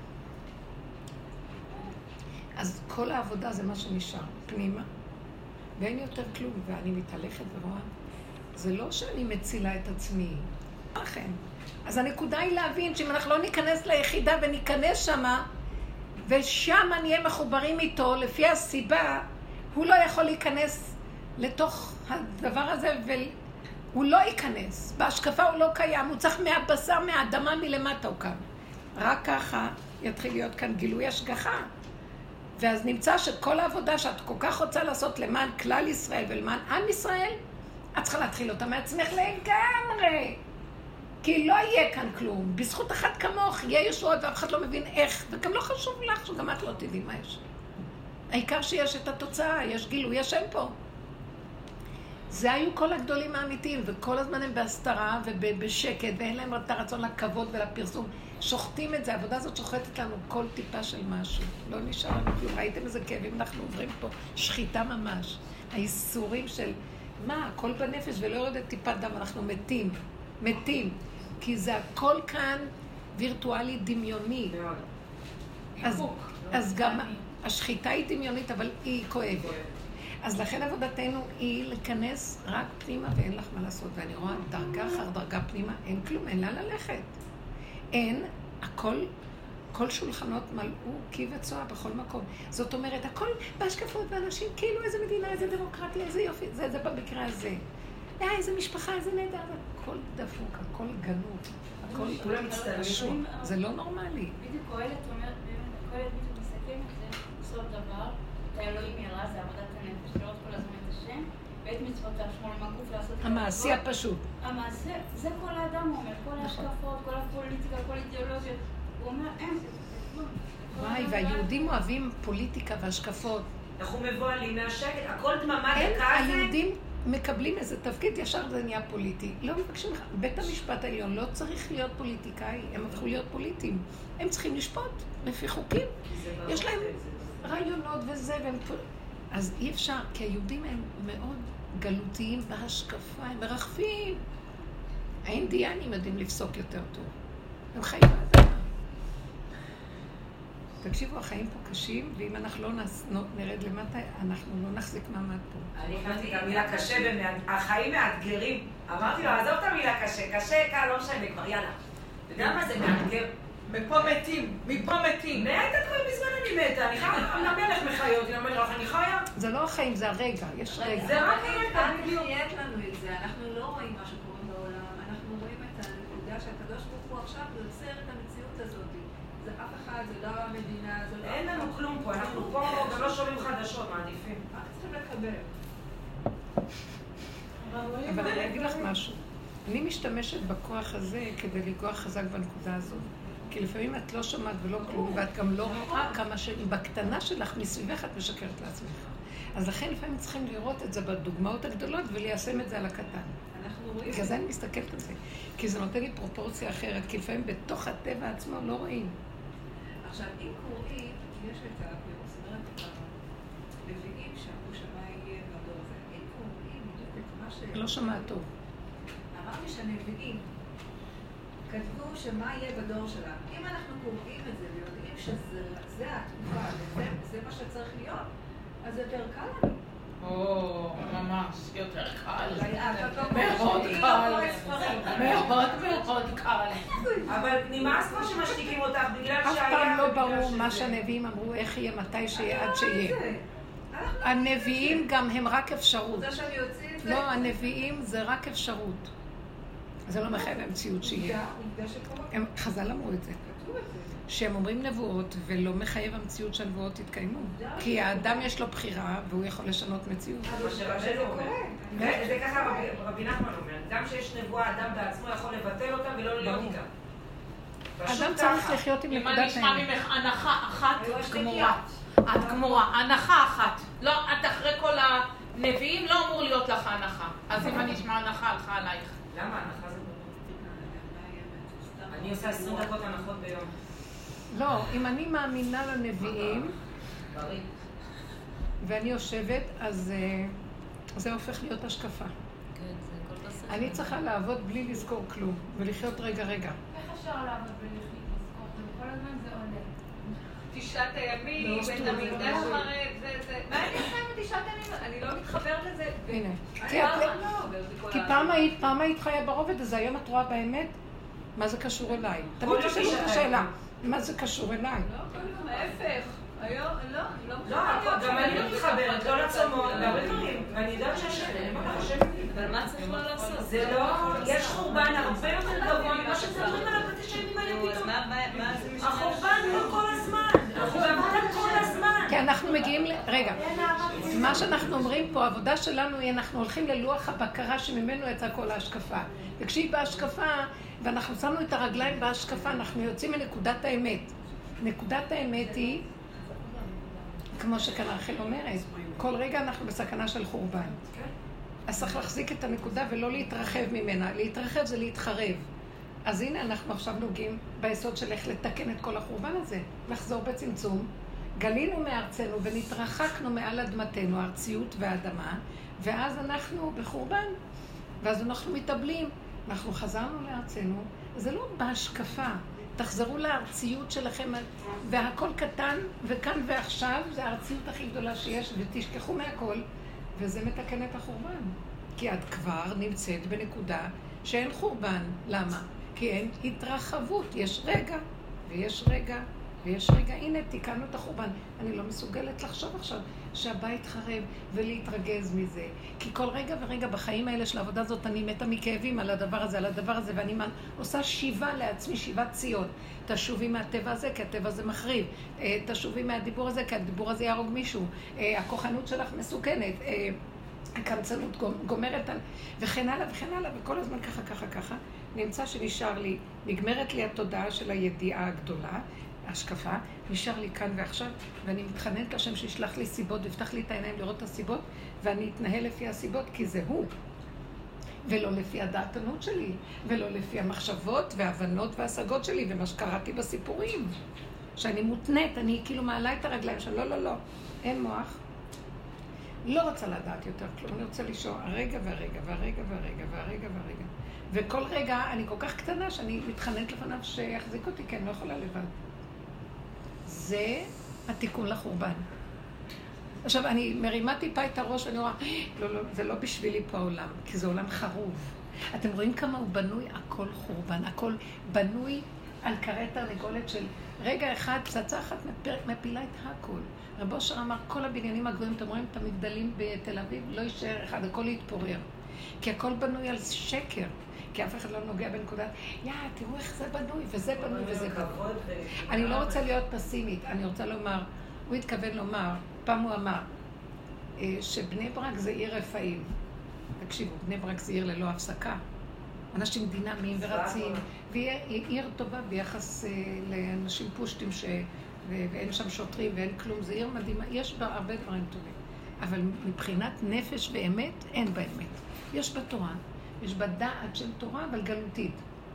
אז כל העבודה זה מה שנשאר, פנימה. ואין יותר כלום, ואני מתהלכת ורואה. זה לא שאני מצילה את עצמי. לכן. אז הנקודה היא להבין שאם אנחנו לא ניכנס ליחידה וניכנס שמה, ושם נהיה מחוברים איתו, לפי הסיבה, הוא לא יכול להיכנס לתוך הדבר הזה, והוא לא ייכנס. בהשקפה הוא לא קיים, הוא צריך מהבשר, מהאדמה מלמטה הוא קם. רק ככה יתחיל להיות כאן גילוי השגחה. ואז נמצא שכל העבודה שאת כל כך רוצה לעשות למען כלל ישראל ולמען עם ישראל, את צריכה להתחיל אותה מעצמך לגמרי. כי לא יהיה כאן כלום. בזכות אחת כמוך יהיה ישועות ואף אחד לא מבין איך. וגם לא חשוב לך שגם את לא תדעי מה יש. העיקר שיש את התוצאה, יש גילוי השם פה. זה היו כל הגדולים האמיתיים, וכל הזמן הם בהסתרה ובשקט, ואין להם את הרצון לכבוד ולפרסום. שוחטים את זה, העבודה הזאת שוחטת לנו כל טיפה של משהו. לא נשאר לנו כלום. ראיתם איזה כאבים אנחנו עוברים פה? שחיטה ממש. האיסורים של, מה, הכל בנפש ולא יורדת טיפת דם, אנחנו מתים. מתים. כי זה הכל כאן וירטואלי דמיוני. אז, אז גם השחיטה היא דמיונית, אבל היא כואבת. אז לכן עבודתנו היא להיכנס רק פנימה ואין לך מה לעשות. ואני רואה דרגה אחר דרגה פנימה, אין כלום, אין לה ללכת. אין, הכל, כל שולחנות מלאו קי וצועה בכל מקום. זאת אומרת, הכל בהשקפות ואנשים, כאילו איזה מדינה, איזה דמוקרטיה, איזה יופי, זה, זה במקרה הזה. אה, איזה משפחה, איזה נהדר, הכל דפוק, הכל גנוב, הכל פשוט, זה לא נורמלי. בדיוק קהלת אומרת, באמת, קהלת בדיוק מסכם את זה, בסוף דבר, את האלוהים יראה, זה עבודת הנפש, לראות כל הזמן את השם, ואת מצוותיו, שמונה מקוף לעשות... המעשי הפשוט. המעשה, זה כל האדם אומר, כל ההשקפות, כל הפוליטיקה, כל אידיאולוגיות, הוא אומר, אין, זה כלום. וואי, והיהודים אוהבים פוליטיקה והשקפות. אנחנו מבועלים מהשקט, הכל דממה דקה אין, זה. היהודים מקבלים איזה תפקיד, ישר זה נהיה פוליטי. לא מבקשים לך, בית המשפט העליון לא צריך להיות פוליטיקאי, הם הפכו להיות פוליטיים. הם צריכים לשפוט לפי חוקים. יש להם רעיונות וזה, והם... אז אי אפשר, כי היהודים הם מאוד גלותיים בהשקפה, הם מרחפים. האינדיאנים יודעים לפסוק יותר טוב. הם חיים באדמה. תקשיבו, החיים פה קשים, ואם אנחנו לא נרד למטה, אנחנו לא נחזיק מעמד פה. אני הכנתי את המילה קשה, החיים מאתגרים. אמרתי לו, עזוב את המילה קשה, קשה, קל, לא משנה, כבר יאללה. אתה יודע מה זה מאתגר? מפה מתים, מפה מתים. מתה כבר בזמן אני מתה, אני חיה, למלך מחיה אותי, למלך אני חיה. זה לא החיים, זה הרגע, יש רגע. זה רק רגע, בדיוק. אל תחיית לנו את זה, אנחנו לא רואים מה שקורה בעולם, אנחנו רואים את הנקודה שהקדוש ברוך הוא עכשיו יוצר את המציאות הזאת. זה אף אחד, זה לא המדינה, זה לא... אין לנו כלום פה, אנחנו פה ולא שומעים חדשות, מעדיפים. רק צריכים לקבל. אבל אני אגיד לך משהו. אני משתמשת בכוח הזה כדי לגוע חזק בנקודה הזאת. כי לפעמים את לא שומעת ולא כלום, ואת גם לא רואה כמה שבקטנה שלך מסביבך את משקרת לעצמך. אז לכן לפעמים צריכים לראות את זה בדוגמאות הגדולות וליישם את זה על הקטן. בגלל זה אני מסתכלת על זה. כי זה נותן לי פרופורציה אחרת, כי לפעמים בתוך הטבע עצמו לא רואים. עכשיו, אם קוראים, יש את הפירוס, אומרת, מבינים שאמרו שמה יהיה בדור הזה. אם קוראים בדיוק את מה ש... לא שומעת טוב. אמרתי שהנביאים כתבו שמה יהיה בדור שלנו. אם אנחנו קוראים את זה ויודעים שזה התקופה, וזה מה שצריך להיות, אז יותר קל לנו. או, ממש, יותר קל. מאוד קל. מאוד מאוד קל. אבל נמאס כבר שמשתיקים אותך בגלל אף שהיה... פעם לא ברור מה שהנביאים אמרו, איך יהיה, מתי שיהיה, עד שיהיה. הנביאים גם הם רק אפשרות. זה שאני יוצאים את זה. לא, הנביאים זה רק אפשרות. זה לא מחייב המציאות שיהיה. הם חז"ל אמרו את זה. שהם אומרים נבואות ולא מחייב המציאות שהנבואות יתקיימו. כי האדם יש לו בחירה והוא יכול לשנות מציאות. זה ככה רבי נחמן אומר, גם שיש נבואה, אדם בעצמו יכול לבטל אותה ולא להיות איתה. אדם צריך לחיות עם נקודת האמת. אם אני נשמע ממך הנחה אחת גמורה. את גמורה, הנחה אחת. לא, את אחרי כל הנביאים לא אמור להיות לך הנחה. אז אם אני אשמע הנחה, הלכה עלייך. למה הנחה זה? אני עושה עשרים דקות הנחות ביום. לא, אם אני מאמינה לנביאים, ואני יושבת, אז זה הופך להיות השקפה. אני צריכה לעבוד בלי לזכור כלום, ולחיות רגע רגע. איך אפשר לעבוד בלי לזכור כלום? כל הזמן זה עולה. תשעת הימים, בית המקדש מראה, זה, זה... מה אני עושה עם תשעת הימים? אני לא מתחברת לזה. הנה. כי פעם היית חיה ברובד הזה, היום את רואה באמת מה זה קשור אליי. תמיד תשאלו את השאלה, מה זה קשור אליי? לא, כלום, ההפך. היום, לא, אני לא מתחברת. לא, גם אני לא מתחברת, לא לצומות, להרבה דברים. ואני יודעת שהשם, אבל מה צריך לא לעשות? זה לא, יש חורבן הרבה יותר גבוה ממה שמדברים על הבתי שנים האלה פתאום. החורבן הוא כל הזמן, החורבן הוא כל הזמן. כי אנחנו מגיעים ל... רגע, מה שאנחנו אומרים פה, העבודה שלנו היא, אנחנו הולכים ללוח הבקרה שממנו יצא כל ההשקפה. וכשהיא בהשקפה, ואנחנו שמנו את הרגליים בהשקפה, אנחנו יוצאים מנקודת האמת. נקודת האמת היא, כמו שכאן רחל אומרת, כל רגע אנחנו בסכנה של חורבן. אז צריך להחזיק את הנקודה ולא להתרחב ממנה. להתרחב זה להתחרב. אז הנה אנחנו עכשיו נוגעים ביסוד של איך לתקן את כל החורבן הזה. לחזור בצמצום. גלינו מארצנו ונתרחקנו מעל אדמתנו, הארציות והאדמה, ואז אנחנו בחורבן. ואז אנחנו מתאבלים. אנחנו חזרנו לארצנו. זה לא בהשקפה. תחזרו לארציות שלכם, והכל קטן, וכאן ועכשיו, זה הארציות הכי גדולה שיש, ותשכחו מהכל, וזה מתקן את החורבן. כי את כבר נמצאת בנקודה שאין חורבן. למה? כי אין התרחבות. יש רגע, ויש רגע, ויש רגע, הנה, תיקנו את החורבן. אני לא מסוגלת לחשוב עכשיו שהבית חרב ולהתרגז מזה. כי כל רגע ורגע בחיים האלה של העבודה הזאת, אני מתה מכאבים על הדבר הזה, על הדבר הזה, ואני עושה שיבה לעצמי, שיבת ציון. תשובי מהטבע הזה, כי הטבע הזה מחריב. תשובי מהדיבור הזה, כי הדיבור הזה יהרוג מישהו. הכוחנות שלך מסוכנת. הקמצנות גומרת על... וכן הלאה וכן הלאה, וכל הזמן ככה, ככה, ככה. נמצא שנשאר לי, נגמרת לי התודעה של הידיעה הגדולה, השקפה, נשאר לי כאן ועכשיו, ואני מתחננת לשם שישלח לי סיבות, ויפתח לי את העיניים לראות את הסיבות, ואני אתנהל לפי הסיבות, כי זה הוא. ולא לפי הדעתנות שלי, ולא לפי המחשבות וההבנות וההשגות שלי, ומה שקראתי בסיפורים. שאני מותנית, אני כאילו מעלה את הרגליים שלי, לא, לא, לא, אין מוח. לא רוצה לדעת יותר כלום, אני רוצה לשאול הרגע והרגע והרגע והרגע והרגע והרגע. וכל רגע אני כל כך קטנה שאני מתחננת לפניו שיחזיק אותי, כי אני לא יכולה לבד. זה התיקון לחורבן. עכשיו, אני מרימה טיפה את הראש ואני רואה, לא, לא, זה לא בשבילי פה העולם, כי זה עולם חרוב. אתם רואים כמה הוא בנוי? הכל חורבן, הכל בנוי על קרי תרנגולת של רגע אחד, פצצה אחת מפילה את הכל. רב אושר אמר, כל הבניינים הגבוהים, אתם רואים את המגדלים בתל אביב, לא יישאר אחד, הכל יתפורר. כי הכל בנוי על שקר. כי אף אחד לא נוגע בנקודת, יא, תראו איך זה בנוי, וזה בנוי, וזה בנוי. אני לא רוצה להיות פסימית, אני רוצה לומר, הוא התכוון לומר, פעם הוא אמר, שבני ברק זה עיר רפאים. תקשיבו, בני ברק זה עיר ללא הפסקה. אנשים דינמיים ורצים, והיא עיר טובה ביחס לאנשים פושטים ש... ואין שם שוטרים ואין כלום, זה עיר מדהימה, יש בה הרבה דברים טובים. אבל מבחינת נפש ואמת, אין בה אמת. יש בה תורה, יש בה דעת של תורה, אבל גלותית.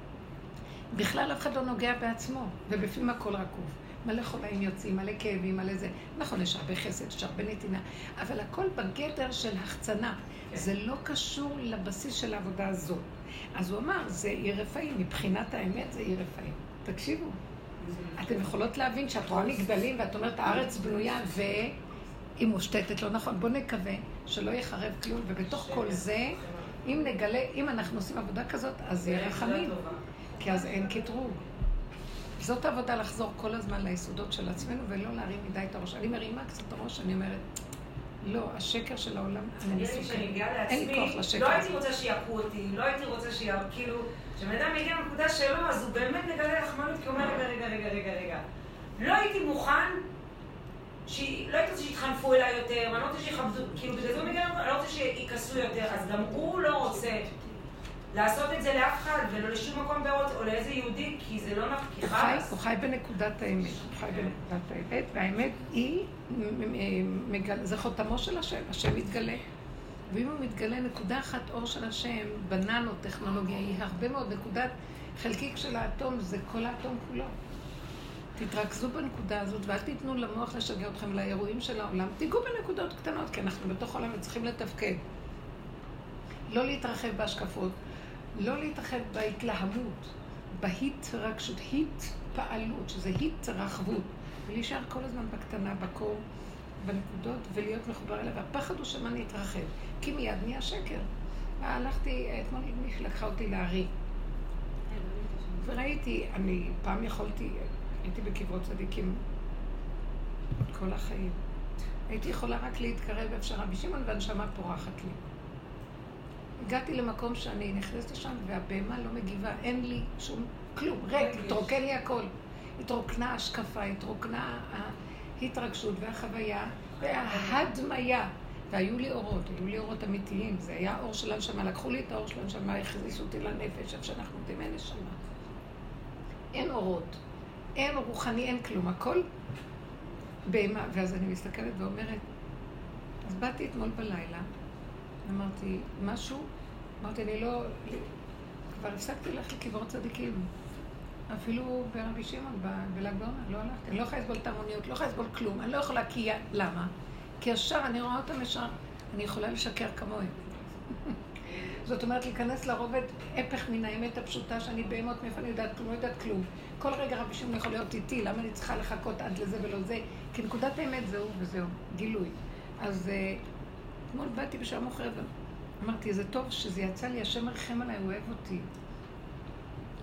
בכלל אף אחד לא נוגע בעצמו, ובפנים הכל רקוב. מלא חולאים יוצאים, מלא כאבים, מלא זה. נכון, יש הרבה חסד, יש הרבה נתינה, אבל הכל בגדר של החצנה. זה לא קשור לבסיס של העבודה הזאת. אז הוא אמר, זה עיר רפאים, מבחינת האמת זה עיר רפאים. תקשיבו. אתם יכולות להבין שאת רואה מגדלים ואת אומרת, הארץ בנויה והיא מושתתת, לא נכון. בוא נקווה שלא יחרב כלום, ובתוך כל זה, אם נגלה, אם אנחנו עושים עבודה כזאת, אז יהיה רחמים, כי אז אין קטרוג. זאת עבודה לחזור כל הזמן ליסודות של עצמנו, ולא להרים מדי את הראש. אני מרימה קצת הראש, אני אומרת, לא, השקר של העולם, אני מסוכן. אין לי כוח לשקר. לא הייתי רוצה שיעקו אותי, לא הייתי רוצה שיעקו, כאילו, כשבן מגיע לנקודה שלו, אז הוא באמת מגלה רחמנות, כי הוא אומר, רגע, רגע, רגע, רגע, רגע. לא הייתי מוכן, לא הייתי רוצה שיתחנפו אליי יותר, אני לא רוצה שיחבזו, כאילו, בגלל זה הוא מגיע, אני לא רוצה שיכעסו יותר, אז גם הוא לא רוצה לעשות את זה לאף אחד, ולא לשום מקום בעוד, או לאיזה יהודי, כי זה לא נפקיחה. הוא חי בנקודת האמת, הוא חי בנקודת האמת, והאמת היא, זה חותמו של השם, השם מתגלה. ואם הוא מתגלה נקודה אחת אור של השם, בננו טכנולוגיה, היא הרבה מאוד נקודת חלקיק של האטום, זה כל האטום כולו. תתרכזו בנקודה הזאת, ואל תיתנו למוח לשגע אתכם לאירועים של העולם, תיגעו בנקודות קטנות, כי אנחנו בתוך העולם וצריכים לתפקד. לא להתרחב בהשקפות, לא להתרחב בהתלהמות, בהתרגשות, התפעלות, שזה התרחבות, ולהישאר כל הזמן בקטנה, בקור, בנקודות, ולהיות מחובר אליו. הפחד הוא שמה להתרחב, כי מיד נהיה שקר. הלכתי, אתמול מישהו לקחה אותי להרי, וראיתי, אני פעם יכולתי, הייתי בקברות צדיקים כל החיים. הייתי יכולה רק להתקרב באפשר רבי שמעון, והנשמה פורחת לי. הגעתי למקום שאני נכנסת לשם, והבהמה לא מגיבה, אין לי שום כלום, ריק, התרוקן לי הכל. התרוקנה השקפה, התרוקנה ההתרגשות והחוויה וההדמיה. והיו לי אורות, היו לי אורות אמיתיים, זה היה אור של הנשמה, לקחו לי את האור של הנשמה, הכניסו אותי לנפש, איפה שאנחנו יודעים, אין נשמה. אין אורות, אין רוחני, אין כלום, הכל בהמה. ואז אני מסתכלת ואומרת, אז באתי אתמול בלילה, אמרתי, משהו, אמרתי, אני לא, כבר הפסקתי ללכת לקברות צדיקים. אפילו ברבי שמעון, בל"ג בעומר, לא הלכתי. אני לא יכולה לסבול את ההמוניות, לא יכולה לסבול כלום. אני לא יכולה כי... למה? כי ישר, אני רואה אותם ישר, אני יכולה לשקר כמוהם. זאת אומרת, להיכנס לרובד הפך מן האמת הפשוטה, שאני בהמות מאיפה אני יודעת כלום, לא יודעת כלום. כל רגע רבי שמעון יכול להיות איתי, למה אני צריכה לחכות עד לזה ולא זה? כי נקודת האמת זהו וזהו, גילוי. אז אתמול באתי בשעה מאוחרת, אמרתי, זה טוב שזה יצא לי, השם מרחם עליי, הוא אוהב אותי.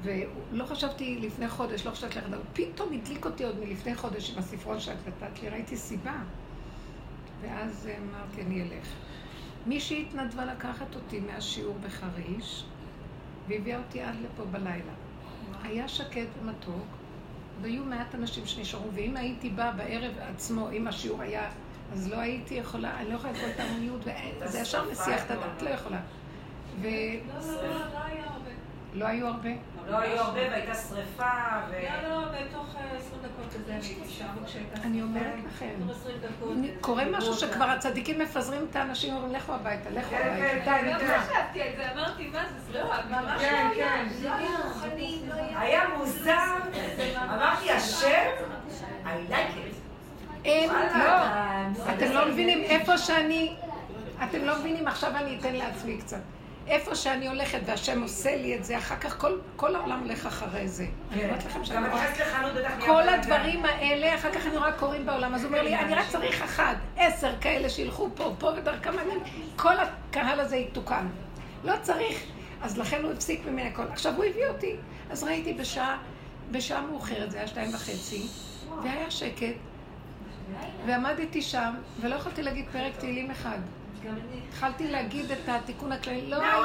ולא חשבתי לפני חודש, לא חשבתי לך, פתאום הדליק אותי עוד מלפני חודש עם הספרון שאת נתת לי, ראיתי סיבה. ואז אמרתי, אני אלך. מישהי התנדבה לקחת אותי מהשיעור בחריש, והביאה אותי עד לפה בלילה. היה שקט ומתוק, והיו מעט אנשים שנשארו, ואם הייתי באה בערב עצמו, אם השיעור היה, אז לא הייתי יכולה, אני לא יכולה לקרוא את המוניות, וזה ישר מסיח את הדעת, לא יכולה. ו... לא, לא, לא, לא היה הרבה. לא היו הרבה? לא היו הרבה, והייתה שריפה, ו... לא, לא, בתוך עשרים דקות כזה הייתי שם, כשהייתה שריפה. אני אומרת לכם, עשרים דקות. קורה משהו שכבר הצדיקים מפזרים את האנשים, אומרים, לכו הביתה, לכו הביתה. די, לא חשבתי על זה, אמרתי, מה זה שריפה? ממש כן, כן. לא היה מוכנים, לא היה... היה מוזר, אמרתי, השם, I like it. אין, לא, אתם לא מבינים איפה שאני, אתם לא מבינים, עכשיו אני אתן לעצמי קצת. איפה שאני הולכת והשם עושה לי את זה, אחר כך כל, כל העולם הולך אחרי זה. אני אומרת לכם שאני רואה, כל הדברים האלה, אחר כך אני רואה קורים בעולם, אז הוא אומר לי, אני רק צריך אחד, עשר כאלה שילכו פה, פה ודרכם, אני, כל הקהל הזה יתוקן. לא צריך, אז לכן הוא הפסיק ממני הכל. עכשיו הוא הביא אותי, אז ראיתי בשעה, בשעה מאוחרת, זה היה שתיים וחצי, והיה שקט, ועמדתי שם, ולא יכולתי להגיד פרק תהילים אחד. התחלתי להגיד את התיקון הכללי, לא היה,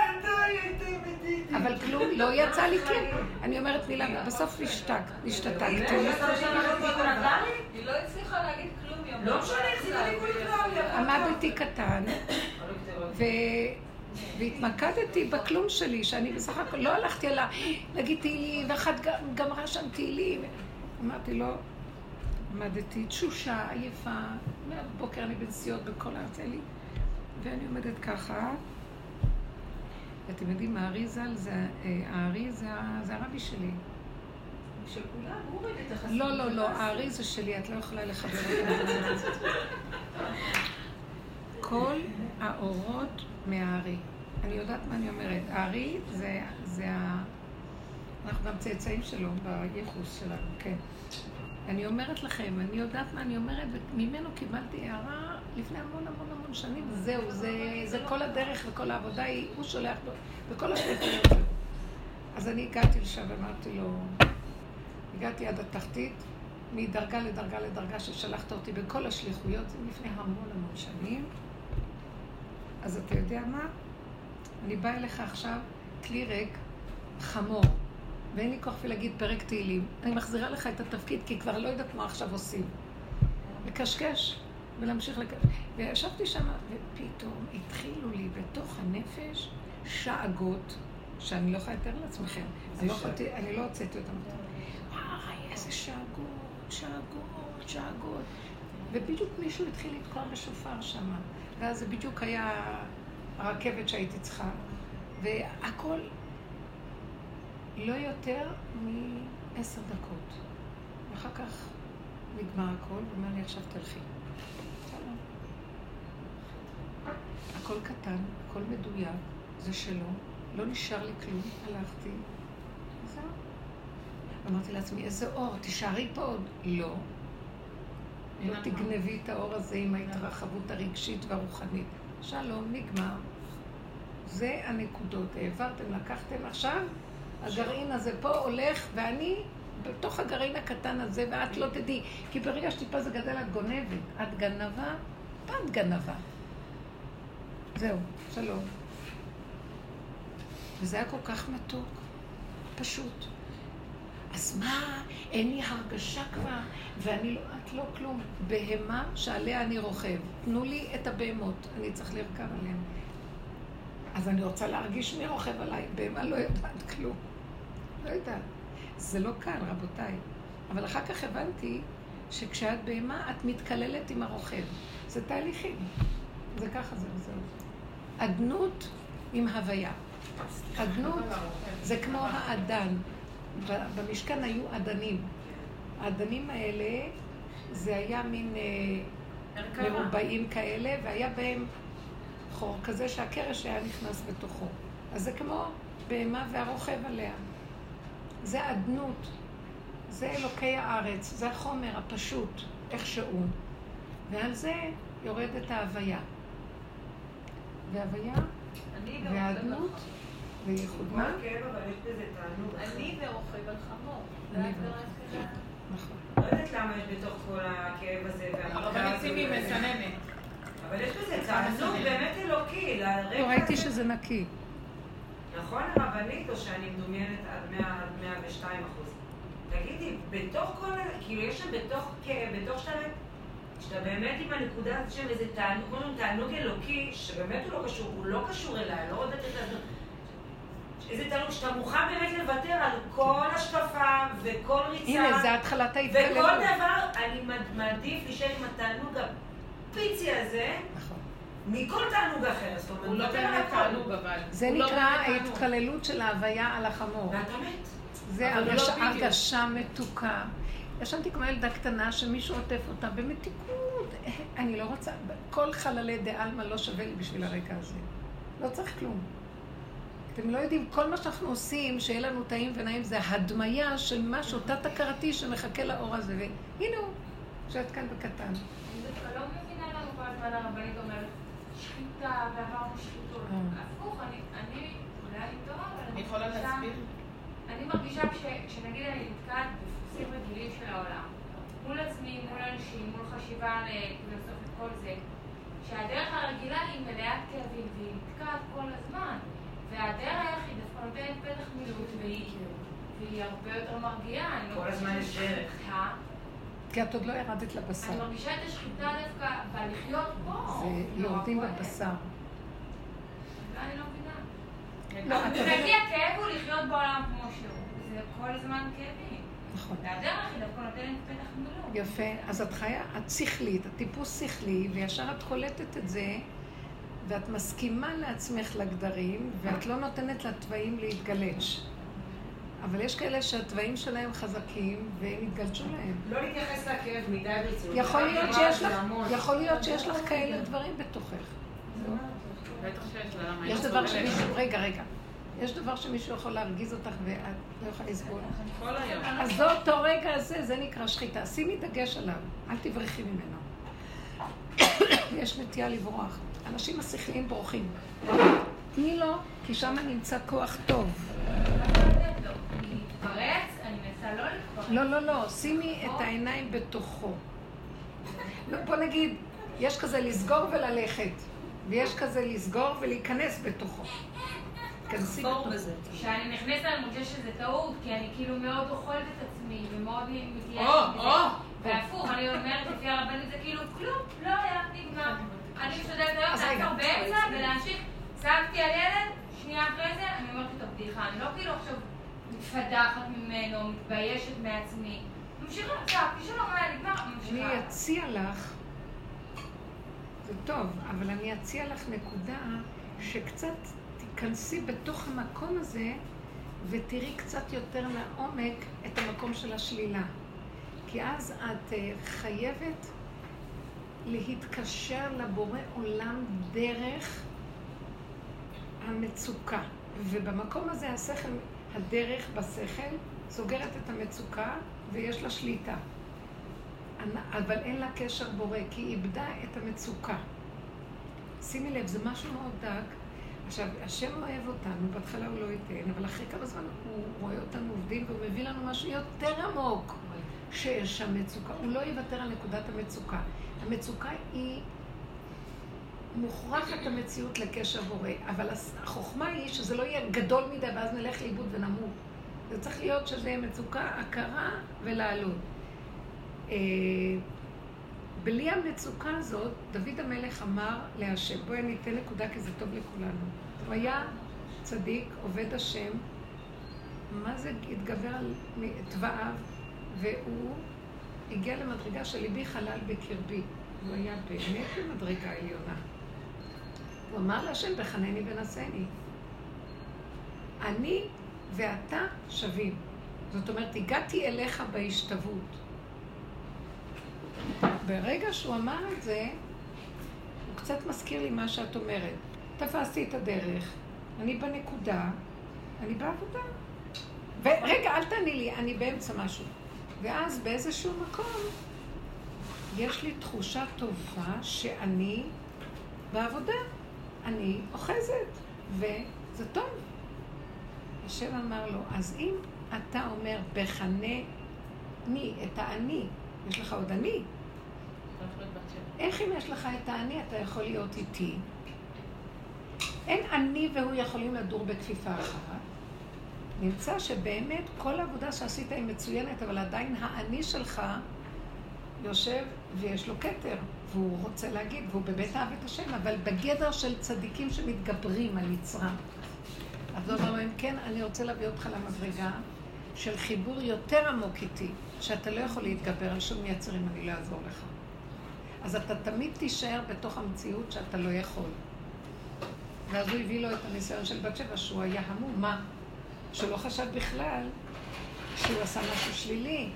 אבל כלום, לא יצא לי כלום. אני אומרת מילה, בסוף השתתקתי. היא לא הצליחה להגיד כלום יום. לא משנה, זה לא ניקוד כלום. עמדתי קטן, והתמקדתי בכלום שלי, שאני בסך הכל, לא הלכתי עליו, להגיד תהילים, ואחת גמרה שם תהילים. אמרתי לו, עמדתי תשושה, עייפה, מהבוקר אני בנסיעות בכל הארץ אלי, ואני עומדת ככה, ואתם יודעים, הארי ז"ל, הארי זה הרבי שלי. של כולם, הוא רואה את החסידות. לא, לא, לא, הארי זה שלי, את לא יכולה לחבר אותה. כל האורות מהארי. אני יודעת מה אני אומרת. הארי זה ה... אנחנו גם צאצאים שלו בייחוס שלנו, כן. אני אומרת לכם, אני יודעת מה אני אומרת, וממנו קיבלתי הערה לפני המון המון המון שנים, וזהו, זה, זה כל הדרך וכל העבודה היא, הוא שולח בו, וכל השליחויות שלו. אז אני הגעתי לשם ואמרתי לו, הגעתי עד התחתית, מדרגה לדרגה לדרגה ששלחת אותי בכל השליחויות, זה לפני המון המון שנים. אז אתה יודע מה? אני באה אליך עכשיו, כלי ריק, חמור. ואין לי כוח להגיד פרק תהילים. אני מחזירה לך את התפקיד, כי כבר לא יודעת מה עכשיו עושים. לקשקש ולהמשיך לקשקש. וישבתי שם, ופתאום התחילו לי בתוך הנפש שאגות, שאני לא יכולה לתאר לעצמכם. אני לא, אני לא הוצאתי אותם. וואי, איזה שאגות, שאגות, שאגות. ובדיוק מישהו התחיל לתקוע בשופר שם. ואז זה בדיוק היה הרכבת שהייתי צריכה. והכל... לא יותר מעשר דקות. ואחר כך נגמר הכל, ואומר לי, עכשיו תלכי. הכל קטן, הכל מדויק, זה שלו, לא נשאר לי כלום, הלכתי. זהו. אמרתי לעצמי, איזה אור, תישארי פה עוד. לא. לא תגנבי את האור הזה עם ההתרחבות הרגשית והרוחנית. שלום, נגמר. זה הנקודות. העברתם, לקחתם עכשיו, הגרעין הזה פה הולך, ואני בתוך הגרעין הקטן הזה, ואת לא תדעי, כי ברגע שטיפה זה גדל, את גונבת. את גנבה, את גנבה. זהו, שלום. וזה היה כל כך מתוק, פשוט. אז מה, אין לי הרגשה כבר, ואני לא, את לא כלום. בהמה שעליה אני רוכב. תנו לי את הבהמות, אני צריך לרכב עליהן. אז אני רוצה להרגיש מי רוכב עליי, בהמה לא יודעת כלום. לא יודעת. זה לא קל, רבותיי. אבל אחר כך הבנתי שכשאת בהמה, את מתקללת עם הרוכב. זה תהליכים. זה ככה, זה וזהו. עדנות עם הוויה. עדנות זה כמו האדן. במשכן היו עדנים. העדנים האלה, זה היה מין מרובעים כאלה, והיה בהם חור כזה שהקרש היה נכנס בתוכו. אז זה כמו בהמה והרוכב עליה. זה עדנות, זה אלוקי הארץ, זה החומר הפשוט, איך שהוא. ועל זה יורדת ההוויה. וההוויה והעדנות וייחוד כל מה? כאב, אבל יש בזה תענוג. אני ורוכב על חמור. אני ואת ורוכב. ורק כזה. נכון. לא יודעת למה יש בתוך כל הכאב הזה והמקרה הרבנית סימי מסננת. אבל יש בזה תענוג באמת אלוקי, לרגע לא, ראיתי הזה. שזה נקי. נכון הרבנית, או שאני מדומיינת עד מאה עד מאה ושתיים אחוז? תגידי, בתוך כל ה... כאילו יש שם בתוך כאב, בתוך שאתה... שאתה באמת עם הנקודה הזאת של איזה תענוג, כמו תענוג אלוקי, שבאמת הוא לא קשור, הוא לא קשור אליי, לא יודעת את זה. איזה תענוג שאתה מוכן באמת לוותר על כל השקפה וכל ריצה. הנה, זה התחלת ההתקללות. וכל דבר, אני מעדיף להישאר עם התענוג הפיצי הזה, נכון. מכל תענוג אחר. זאת אומרת, הוא לא נותן על באמת הכל. תענוג אבל. זה הוא לא נקרא באמת תענוג. ההתקללות של ההוויה על החמור. ואתה מת. זה אבל הוא הרגש- לא בדיוק. הרגשה מתוקה. ישנתי כמו ילדה קטנה שמישהו עוטף אותה במתיקות. אני לא רוצה, כל חללי דעלמא לא שווה לי בשביל הרגע הזה. לא צריך כלום. אתם לא יודעים, כל מה שאנחנו עושים, שיהיה לנו טעים ונעים, זה הדמיה של משהו, תת-הכרתי שמחכה לאור הזה. והנה הוא, שאת כאן בקטן. אני דווקא לא מבינה לנו כל הזמן הרבנית אומרת שחיטה ועברנו שחיתות. אה. הפוך, אני, אני, אולי אני טועה, אבל אני יכולה מרגישה- להסביר? אני מרגישה כש- כשנגיד אני נתקעת בדפוסים רגילים של העולם, מול עצמי, מול אנשים, מול חשיבה פילוסופית, כל זה, שהדרך הרגילה היא מלאת כאבים והיא נתקעת כל הזמן, והדרך היא דווקא נותנת פתח מילוט והיא, והיא הרבה יותר מרגיעה. אני לא כל הזמן חושבת יש דרך. שחיטה. כי את עוד לא ירדת לבשר. אני מרגישה את השחיטה דווקא בלחיות פה. זה נורא יורדים כואב. בבשר. אולי אני לא מבינה. לא, את מבחינתי הכאב הוא לחיות בעולם כמו שהוא. זה כל הזמן כאבים. נכון. והדרך היא דווקא נותנת פתח מילוט. יפה. אז את חיה, את שכלית, את טיפוס שכלי, וישר את קולטת את זה, ואת מסכימה לעצמך לגדרים, ואת לא נותנת לתוואים להתגלש. אבל יש כאלה שהתוואים שלהם חזקים, והם יתגלשו להם. לא להתייחס לכאב מדי ברצינות. יכול להיות זה שיש לך, המון. יכול להיות שיש לך כאלה דברים בתוכך. בטח שיש לה, למה? יש היא דבר לא סובלת. שמישהו, רגע, רגע. יש דבר שמישהו יכול להרגיז אותך ואת לא יכולה לסבול. כל היום. אז באותו רגע הזה, זה נקרא שחיטה. שימי דגש עליו, אל תברחי ממנו. יש נטייה לברוח. אנשים השכליים בורחים. תני לו, כי שם נמצא כוח טוב. להתפרץ, אני מנסה לא להתפרץ. לא, לא, לא, שימי את העיניים בתוכו. לא, בוא נגיד, יש כזה לסגור וללכת, ויש כזה לסגור ולהיכנס בתוכו. כנסי בתוכו. כשאני נכנסת אני מרגישה שזה טעות, כי אני כאילו מאוד אוכלת את עצמי, ומאוד מתייעצת או, מזה. או. והפוך, אני אומרת לפי הרבנית זה כאילו כלום, לא היה, נגמר. אני משתדלת היום אז רגע. לעצור באמצע ולהמשיך. צעקתי על ילד, שנייה אחרי זה, אני אומרת את הבדיחה. אני לא כאילו עכשיו מתפדחת ממנו, מתביישת מעצמי. ממשיכה, צעקתי שלום, היה נגמר, ממשיכה. אני אציע לך, זה טוב, אבל אני אציע לך נקודה שקצת תיכנסי בתוך המקום הזה ותראי קצת יותר לעומק את המקום של השלילה. כי אז את uh, חייבת להתקשר לבורא עולם דרך המצוקה. ובמקום הזה השכל, הדרך בשכל סוגרת את המצוקה ויש לה שליטה. אבל אין לה קשר בורא, כי היא איבדה את המצוקה. שימי לב, זה משהו מאוד דק. עכשיו, השם אוהב אותנו, בהתחלה הוא לא ייתן, אבל אחרי כמה זמן הוא רואה אותנו עובדים והוא מביא לנו משהו יותר עמוק שיש שם מצוקה. הוא לא יוותר על נקודת המצוקה. המצוקה היא מוכרחת המציאות לקשר בורא, אבל החוכמה היא שזה לא יהיה גדול מדי ואז נלך לאיבוד ונמות. זה צריך להיות שזה יהיה מצוקה, הכרה ולעלות. בלי המצוקה הזאת, דוד המלך אמר להשם, בואי אני אתן נקודה כי זה טוב לכולנו. הוא היה צדיק, עובד השם, מה זה התגבר על תבעיו, והוא הגיע למדרגה של ליבי חלל בקרבי. הוא היה באמת במדרגה עליונה. הוא אמר להשם, בחנני ונשני. אני ואתה שווים. זאת אומרת, הגעתי אליך בהשתוות. ברגע שהוא אמר את זה, הוא קצת מזכיר לי מה שאת אומרת. תפסתי את הדרך, אני בנקודה, אני בעבודה. ורגע, אל תעני לי, אני באמצע משהו. ואז באיזשהו מקום, יש לי תחושה טובה שאני בעבודה. אני אוחזת, וזה טוב. השם אמר לו, אז אם אתה אומר, בחנני את האני, יש לך עוד אני. איך אם יש לך את האני, אתה יכול להיות איתי? אין אני והוא יכולים לדור בכפיפה אחת. נמצא שבאמת כל העבודה שעשית היא מצוינת, אבל עדיין האני שלך יושב ויש לו כתר, והוא רוצה להגיד, והוא באמת אהב את השם, אבל בגדר של צדיקים שמתגברים על יצרם. אז הוא אומר להם, כן, אני רוצה להביא אותך למדרגה של חיבור יותר עמוק איתי, שאתה לא יכול להתגבר על שום יצר אם אני לא אעזור לך. אז אתה תמיד תישאר בתוך המציאות שאתה לא יכול. ואז הוא הביא לו את הניסיון של בת שבע, שהוא היה המום, מה? שלא חשב בכלל שהוא עשה משהו שלילי.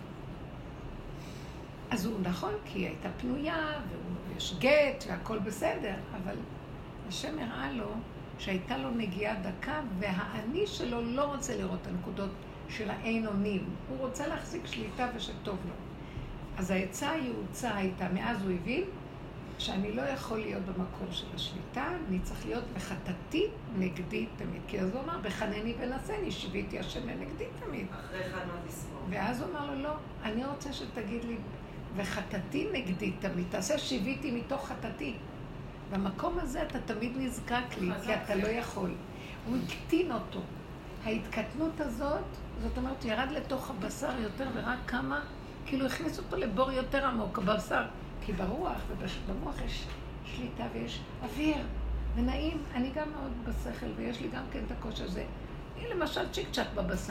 אז הוא נכון, כי היא הייתה פנויה, ויש גט, והכל בסדר, אבל השם הראה לו שהייתה לו נגיעה דקה, והאני שלו לא רוצה לראות את הנקודות של האין אונים. הוא רוצה להחזיק שליטה ושטוב לו. אז העצה היעוצה הייתה, מאז הוא הבין, שאני לא יכול להיות במקום של השליטה, אני צריך להיות בחטאתי נגדי תמיד. כי אז הוא אמר, בחנני ונשני, שיביתי השם לנגדי תמיד. אחרי אחד מהתספור. ואז הוא אמר לו, לא, אני רוצה שתגיד לי, וחטאתי נגדי תמיד, תעשה שיביתי מתוך חטאתי. במקום הזה אתה תמיד נזקק לי, כי אתה לא יכול. הוא הקטין אותו. ההתקטנות הזאת, זאת אומרת, ירד לתוך הבשר יותר ורק כמה, כאילו הכניס אותו לבור יותר עמוק, בבשר. כי ברוח ובמוח יש שליטה ויש אוויר ונעים. אני גם מאוד בשכל ויש לי גם כן את הקושי הזה. אני למשל צ'יק צ'ק בבשר.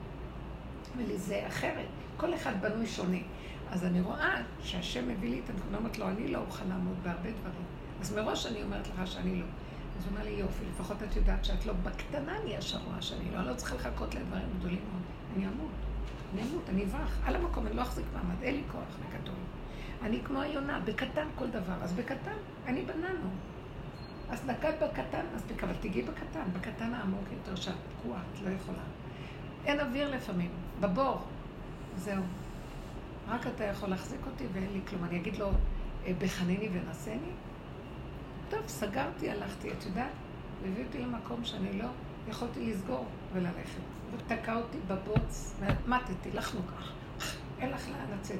ולי זה אחרת. כל אחד בנוי שונה. אז אני רואה שהשם מביא לי את הנקודה, אומרת לו, אני לא אוכל לעמוד בהרבה דברים. אז מראש אני אומרת לך שאני לא. אז הוא אומר לי, יופי, לפחות את יודעת שאת לא בקטנה אני ישר רואה שאני לא. אני לא צריכה לחכות לדברים גדולים מאוד. אני אמות. אני אמות, אני אברח. על המקום, אני לא אחזיק מעמד, אין לי כוח לגדול. אני כמו היונה, בקטן כל דבר. אז בקטן, אני בננו. אז נקד בקטן, אז אבל תגיעי בקטן. בקטן העמוק יותר שאת תקועה, את לא יכולה. אין אוויר לפעמים, בבור. זהו. רק אתה יכול להחזיק אותי ואין לי כלום. אני אגיד לו, בחנני ונשני? טוב, סגרתי, הלכתי, את יודעת? והביא אותי למקום שאני לא יכולתי לסגור וללכת. ותקע אותי בבוץ, ומתתי, לחנוק. אין לך לאן לצאת.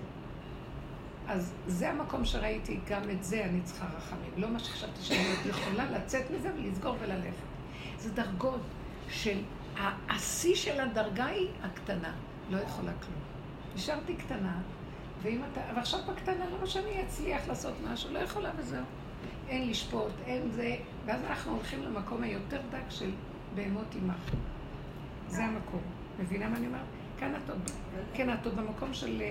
אז זה המקום שראיתי, גם את זה אני צריכה רחמים. לא מה שחשבתי שאני יכולה לצאת מזה ולסגור וללכת. זה דרגות של, השיא של הדרגה היא הקטנה. לא יכולה כלום. נשארתי קטנה, ואם אתה, ועכשיו בקטנה, למה שאני אצליח לעשות משהו? לא יכולה וזהו. אין לשפוט, אין זה, ואז אנחנו הולכים למקום היותר דק של בהמות עמך. זה המקום. מבינה מה אני אומרת? כאן את עוד, כן, את עוד במקום של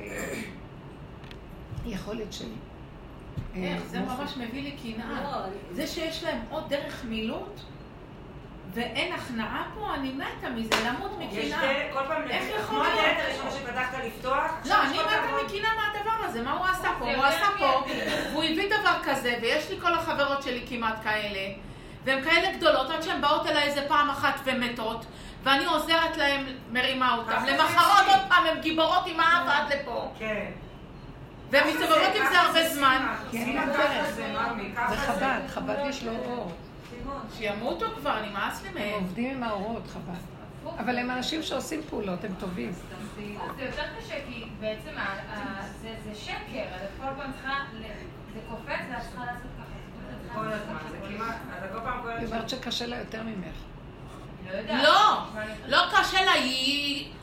יכולת של... איך, זה ממש מביא לי קנאה. זה שיש להם עוד דרך מילות, ואין הכנעה פה, אני מתה מזה, למות מקנאה. יש דלת, כל פעם, כמו הדלת הראשונה שפתחת לפתוח. לא, אני מתה מקנאה מהדבר הזה, מה הוא עשה פה? הוא עשה פה, והוא הביא דבר כזה, ויש לי כל החברות שלי כמעט כאלה, והן כאלה גדולות, עד שהן באות אליי איזה פעם אחת ומתות, ואני עוזרת להן, מרימה אותן. למחרות עוד פעם, הן גיבורות עם האב עד לפה. כן. והן מסתובבות עם זה הרבה זמן. כן, מה דרך? זה חב"ד, חב"ד יש לו אור. שימותו כבר, נמאס לי מהם. הם עובדים עם האורות, חב"ד. אבל הם אנשים שעושים פעולות, הם טובים. זה יותר קשה, כי בעצם זה שקר, אז כל פעם צריכה, זה קופץ, ואת צריכה לעשות ככה. כל הזמן, זה כמעט, אז כל פעם כל הזמן. היא אומרת שקשה לה יותר ממך. לא יודעת. לא, לא קשה לה, היא...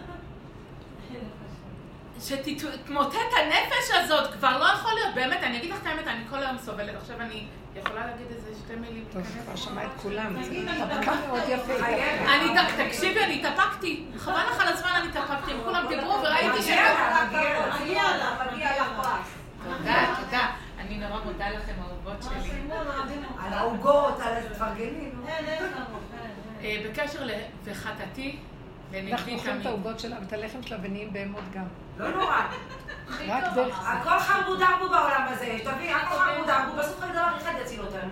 שתתמוטט הנפש הזאת, כבר לא יכול להיות, באמת, אני אגיד לך את האמת, אני כל היום סובלת, עכשיו אני יכולה להגיד איזה שתי מילים. טוב, כבר שמע את כולם, התאפקה מאוד יפה. אני, תקשיבי, אני התאפקתי, חבל לך על הזמן, אני התאפקתי, הם כולם דיברו וראיתי ש... מגיע לה, מגיע לה פרס. תודה, תודה. אני נורא מודה לכם, האהובות שלי. על העוגות, על התפרגנים. בקשר לחטאתי, אנחנו אוכלים את העוגות שלה ואת הלחם שלה ונהיים בהמות גם. לא נורא. רק דרך זה. הכל חרבו דרבו בעולם הזה, תבין, הכל חרבו דרבו, בסוף רק דבר אחד יציל אותנו.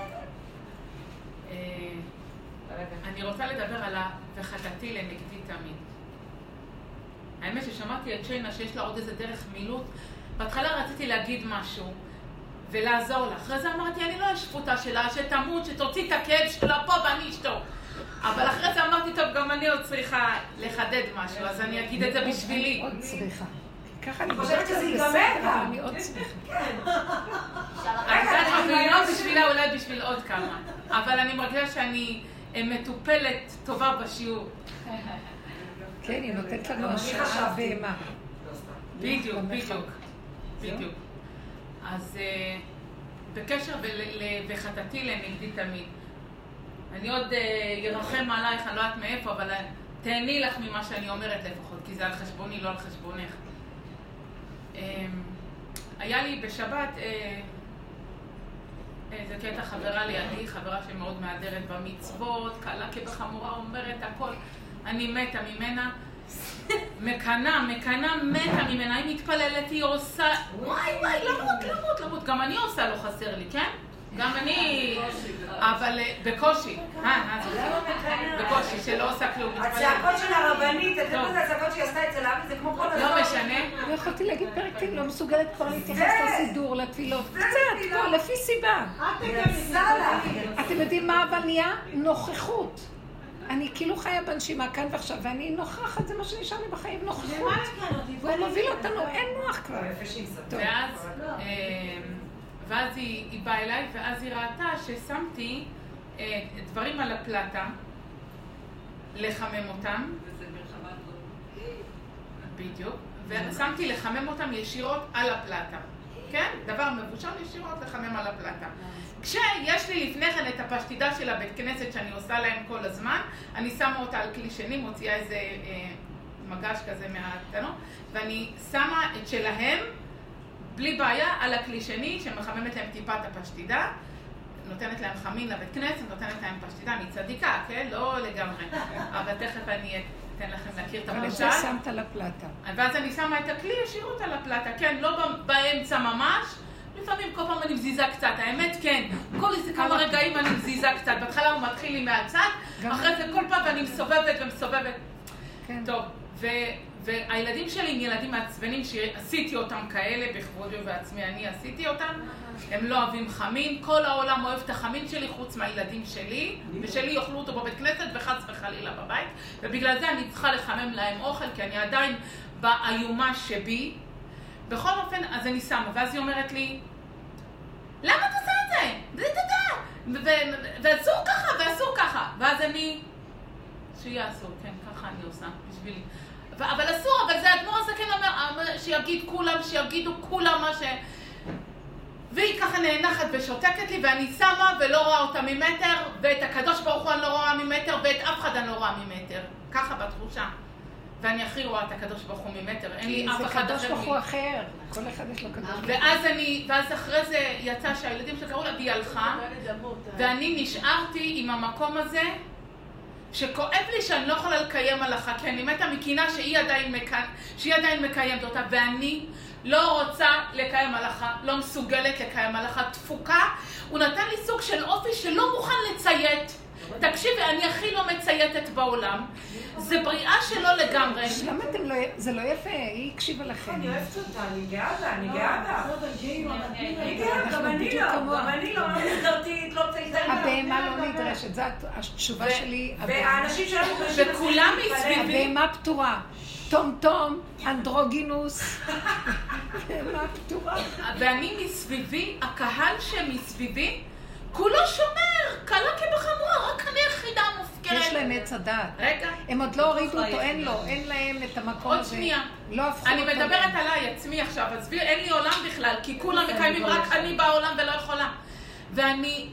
אני רוצה לדבר על וחטאתי לנגדי תמיד. האמת ששמעתי את שיינה שיש לה עוד איזה דרך מילות. בהתחלה רציתי להגיד משהו ולעזור לה. אחרי זה אמרתי, אני לא אשפוטה שלה, שתמות, שתוציא את הכאב שלה פה ואני אשתוק. אבל אחרי זה אמרתי, טוב, גם אני עוד צריכה לחדד משהו, אז אני אגיד את זה בשבילי. עוד צריכה. ככה אני חושבת שזה ייגמר גם. אני עוד צריכה. אבל לא בשבילה, אולי בשביל עוד כמה. אבל אני מרגישה שאני מטופלת טובה בשיעור. כן, היא נותנת לנו השראה בהמה. בדיוק, בדיוק. בדיוק. אז בקשר וחטאתי לנגדי תמיד. אני עוד ירחם עלייך, אני לא יודעת מאיפה, אבל תהני לך ממה שאני אומרת לפחות, כי זה על חשבוני, לא על חשבונך. היה לי בשבת איזה קטע חברה לידי, חברה שמאוד מהדרת במצוות, קלה כבחמורה, אומרת הכל, אני מתה ממנה, מקנה, מקנה, מתה ממנה, היא מתפללת, היא עושה, וואי וואי, למות, למות, למות, גם אני עושה, לא חסר לי, כן? גם אני, אבל בקושי, בקושי, שלא עושה כלום. הצעקות של הרבנית, אתם יודעת, הצעקות שהיא עשתה אצל אבי, זה כמו כל הזמן. לא משנה. לא יכולתי להגיד פרקים, לא מסוגלת כבר להתייחס לסידור, לתפילות. קצת, פה, לפי סיבה. אתם יודעים מה אבל נהיה? נוכחות. אני כאילו חיה בנשימה כאן ועכשיו, ואני נוכחת, זה מה שנשאר לי בחיים, נוכחות. והוא מוביל אותנו, אין מוח כבר. ואז... ואז היא, היא באה אליי, ואז היא ראתה ששמתי אה, דברים על הפלטה, לחמם אותם. וזה מלחמה לא. בדיוק. ושמתי לחמם אותם ישירות על הפלטה. כן? דבר מבושל ישירות לחמם על הפלטה. כשיש לי לפני כן את הפשטידה של הבית כנסת שאני עושה להם כל הזמן, אני שמה אותה על כלי שני, מוציאה איזה אה, מגש כזה מהתנות, ואני שמה את שלהם, בלי בעיה, על הכלי שני, שמחממת להם טיפת הפשטידה, נותנת להם חמין לבית כנסת, נותנת להם פשטידה, אני צדיקה, כן? לא לגמרי. אבל תכף אני אתן לכם להכיר את המשל. אבל זה שמת על הפלטה. ואז אני שמה את הכלי ישירות על הפלטה, כן? לא באמצע ממש, לפעמים כל פעם אני מזיזה קצת, האמת כן. כל איזה כמה רגעים אני מזיזה קצת. בהתחלה הוא מתחיל לי מהצד, אחרי זה כל פעם ואני מסובבת ומסובבת. טוב, ו... והילדים שלי הם ילדים מעצבנים שעשיתי אותם כאלה בכבודי ועצמי, אני עשיתי אותם, הם לא אוהבים חמין, כל העולם אוהב את החמין שלי חוץ מהילדים שלי, ושלי יאכלו אותו בבית כנסת וחץ וחלילה בבית, ובגלל זה אני צריכה לחמם להם אוכל, כי אני עדיין באיומה שבי. בכל אופן, אז אני שמה, ואז היא אומרת לי, למה את עושה את זה? זה תדע, ואסור ככה, ואסור ככה, ואז אני, שיהיה אסור, כן, ככה אני עושה, בשבילי. אבל אסור, אבל זה אדמו"ר הזקן אומר, שיגיד כולם, שיגידו כולם מה ש... והיא ככה נאנחת ושותקת לי, ואני שמה ולא רואה אותה ממטר, ואת הקדוש ברוך הוא אני לא רואה ממטר, ואת אף אחד אני לא רואה ממטר. ככה בתחושה. ואני הכי רואה את הקדוש ברוך הוא ממטר, אין לי אף אחד אחר. זה קדוש ברוך הוא אחר, כל אחד יש לו קדוש ברוך הוא. ואז אני, ואז אחרי זה יצא שהילדים שקראו לה, והיא הלכה, ואני נשארתי עם המקום הזה, שכואב לי שאני לא יכולה לקיים הלכה, כי אני מתה מקינה שהיא עדיין, מק... שהיא עדיין מקיימת אותה, ואני לא רוצה לקיים הלכה, לא מסוגלת לקיים הלכה, תפוקה. הוא נתן לי סוג של אופי שלא מוכן לציית. תקשיבי, אני הכי לא מצייתת בעולם. זה בריאה שלא לגמרי. למה אתם לא... זה לא יפה, היא הקשיבה לכם. אני אוהבת אותה, אני גאה בה, אני גאה בה. אני גאה, גם אני לא, גם אני לא, לא מסדרתית, לא צייתנית. הבהמה לא נדרשת, זו התשובה שלי. והאנשים שלנו... וכולם מסביבי. הבהמה פתורה. טום טום, אנדרוגינוס. הבהמה פתורה. ואני מסביבי, הקהל שמסביבי, כולו שומר, קלה כבחמורה, רק אני היחידה מופקרת. יש להם עץ הדעת. רגע. הם עוד לא הורידו אותו, אין לו, אין להם את המקום הזה. עוד שנייה. לא הפכו אותו. אני מדברת עליי, עצמי עכשיו, עזבי, אין לי עולם בכלל, כי כולם מקיימים רק אני בעולם ולא יכולה. ואני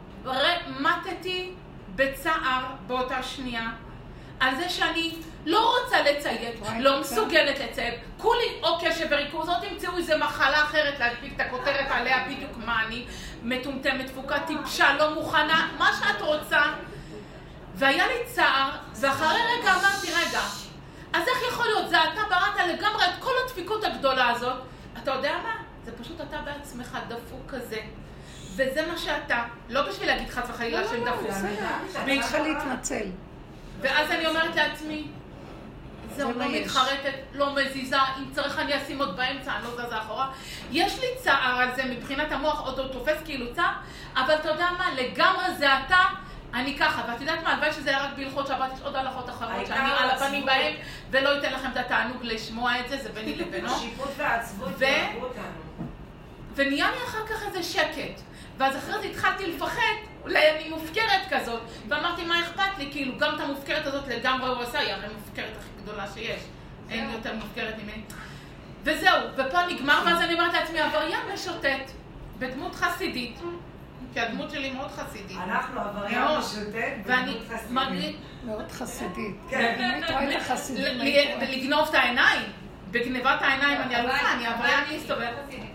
מתתי בצער באותה שנייה, על זה שאני לא רוצה לציית, לא מסוגלת לציית. כולי או קשב וריכוז, או תמצאו איזו מחלה אחרת להדביק את הכותרת עליה בדיוק מה אני, מטומטמת, תפוקה, טיפשה, לא מוכנה, מה שאת רוצה. והיה לי צער, ואחרי רגע אמרתי, רגע, אז איך יכול להיות? זה אתה בראת לגמרי את כל הדפיקות הגדולה הזאת. אתה יודע מה? זה פשוט אתה בעצמך דפוק כזה. וזה מה שאתה, לא בשביל להגיד חס וחלילה של דפוק. אני צריכה להתנצל. ואז אני אומרת לעצמי, זהו, לא מתחרטת, לא מזיזה, אם צריך אני אשים עוד באמצע, אני לא זזה אחורה. יש לי צער על זה, מבחינת המוח עוד לא תופס כאילו צער, אבל אתה יודע מה, לגמרי זה אתה, אני ככה, ואת יודעת מה, הלוואי שזה היה רק בהלכות שבת, יש עוד הלכות אחרות שאני על הפנים בהם, ולא אתן לכם את התענוג לשמוע את זה, זה ביני לבינו. השיפוט והעצבות יעברו אותנו. ונהיה לי אחר כך איזה שקט, ואז אחרי זה התחלתי לפחד, אולי אני מופקרת כזאת, ואמרתי מה אכפת לי, כאילו גם את המופקרת הזאת לגמרי הוא עשה, היא הרי מופקרת הכי גדולה שיש, אין יותר מופקרת ממני. וזהו, ופה נגמר, ואז אני אומרת לעצמי, עבריין משוטט, בדמות חסידית, כי הדמות שלי מאוד חסידית. אנחנו עבריין משוטט בדמות חסידית. מאוד חסידית. כן. אם היית רואה את החסידים, לגנוב את העיניים, בגנבת העיניים אני אלופה, אני עבריין מסתובב.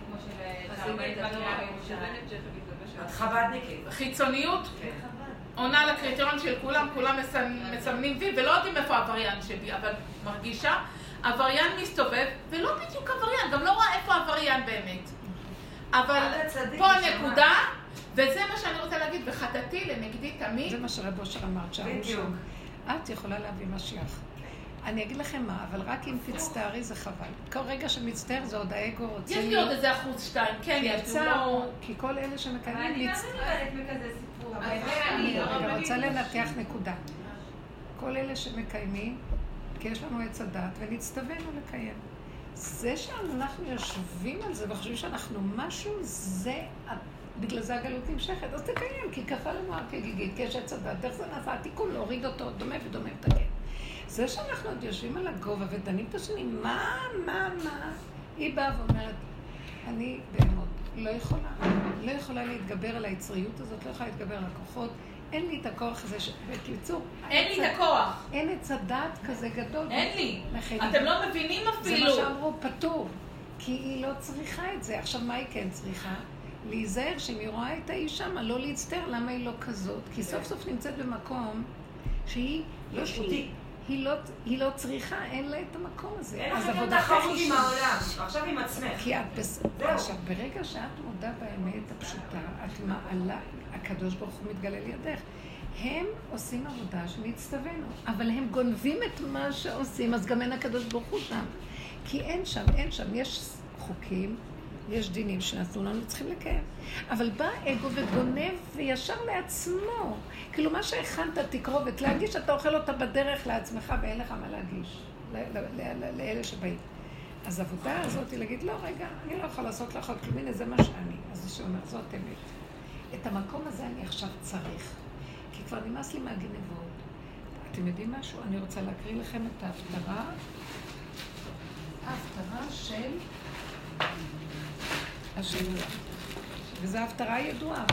את חבדניקית. חיצוניות עונה לקריטריון של כולם, כולם מסמנים וי, ולא יודעים איפה העבריין שבי, אבל מרגישה, עבריין מסתובב, ולא בדיוק עבריין, גם לא רואה איפה העבריין באמת. אבל פה נקודה, וזה מה שאני רוצה להגיד, וחטאתי לנגדי תמיד. זה מה שרב אושר אמרת שם. בדיוק. את יכולה להביא משיח. אני אגיד לכם מה, אבל רק אם תצטערי זה חבל. כל רגע שמצטער זה עוד האגו רוצה... יש לי עוד איזה אחוז שתיים, כן, יש לי לא... כי כל אלה שמקיימים מצטער... אני לא מכזה סיפור. אני רוצה לנתח נקודה. כל אלה שמקיימים, כי יש לנו עץ הדת, ונצטווינו לקיים. זה שאנחנו יושבים על זה וחושבים שאנחנו משהו, זה... בגלל זה הגלות נמשכת, אז תקיים, כי כפה לנו כגיגית, כי יש עץ הדת, איך זה נעשה? התיקון להוריד אותו, דומה ודומה ותקן. זה שאנחנו עוד יושבים על הגובה ודנים את השני, מה, מה, מה? היא באה ואומרת, אני בהמות, לא יכולה, לא יכולה להתגבר על היצריות הזאת, לא יכולה להתגבר על הכוחות, אין לי את הכוח הזה, בקיצור. אין לי את הכוח. אין עץ הדת כזה גדול. אין לי. אתם לא מבינים אפילו. זה מה שאמרו, פטור, כי היא לא צריכה את זה. עכשיו, מה היא כן צריכה? להיזהר שאם היא רואה את האיש שמה, לא להצטער למה היא לא כזאת, כי סוף סוף נמצאת במקום שהיא לא שהיא, היא לא, היא לא צריכה, אין לה את המקום הזה. אין לך את התחרות עם העולם, עכשיו עם עצמך. כי את בסדר, עכשיו ברגע שאת מודע באמת הפשוטה, את מעלה, הקדוש ברוך הוא מתגלה לידך. הם עושים עבודה שנצטווינו, אבל הם גונבים את מה שעושים, אז גם אין הקדוש ברוך הוא שם. כי אין שם, אין שם, יש חוקים, יש דינים שנתנו לנו, צריכים לקיים. אבל בא אגו וגונב וישר לעצמו. כאילו מה שהכנת תקרובת להגיש, אתה אוכל אותה בדרך לעצמך ואין לך מה להגיש. לאלה שבאים. אז העבודה הזאת היא להגיד, לא, רגע, אני לא יכול לעשות לך עוד כלום, הנה זה מה שאני. אז זה שאומר, זאת אמת. את המקום הזה אני עכשיו צריך. כי כבר נמאס לי מהגנבות. אתם יודעים משהו? אני רוצה להקריא לכם את ההפטרה. ההפטרה של... השבוע. וזו ההפטרה הידועה.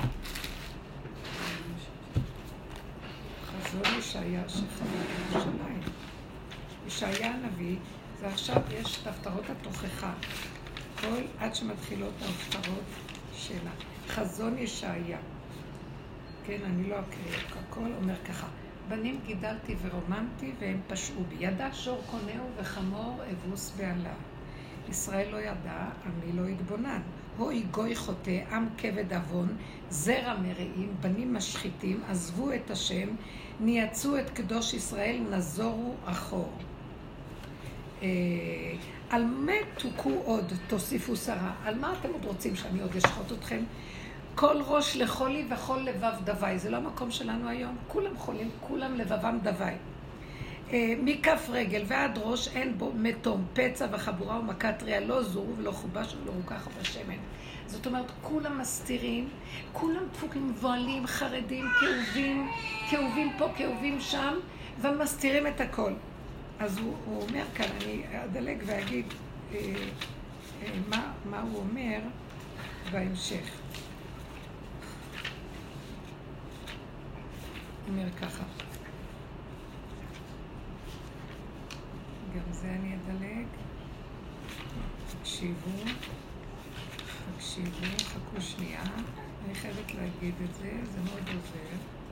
חזון ישעיה שחווה ירושלים. ישעיה הנביא, זה עכשיו יש את ההפטרות התוכחה. כל עד שמתחילות ההפטרות שלה. חזון ישעיה. כן, אני לא אקריא. הכל אומר ככה. בנים גידלתי ורוממתי והם פשעו בי. ידע שור קונהו וחמור אבוס בעלה. ישראל לא ידע, עמי לא התבונן. הוי גוי חוטא, עם כבד אבון, זרע מרעים, בנים משחיתים, עזבו את השם, נייצו את קדוש ישראל, נזורו אחור. אה, על מה תוקו עוד, תוסיפו שרה? על מה אתם עוד רוצים שאני עוד אשחוט אתכם? כל ראש לחולי וכל לבב דווי. זה לא המקום שלנו היום. כולם חולים, כולם לבבם דווי. מכף רגל ועד ראש אין בו מתום, פצע וחבורה ומכת ריאה, לא זורו ולא חובש ולא רוכח בשמן. זאת אומרת, כולם מסתירים, כולם דפוקים, מבועלים, חרדים, כאובים, כאובים פה, כאובים שם, ומסתירים את הכל. אז הוא, הוא אומר כאן, אני אדלג ואגיד אה, אה, מה, מה הוא אומר בהמשך. הוא אומר ככה. גם זה אני אדלג. תקשיבו, תקשיבו, חכו שנייה. אני חייבת להגיד את זה, זה מאוד עוזר.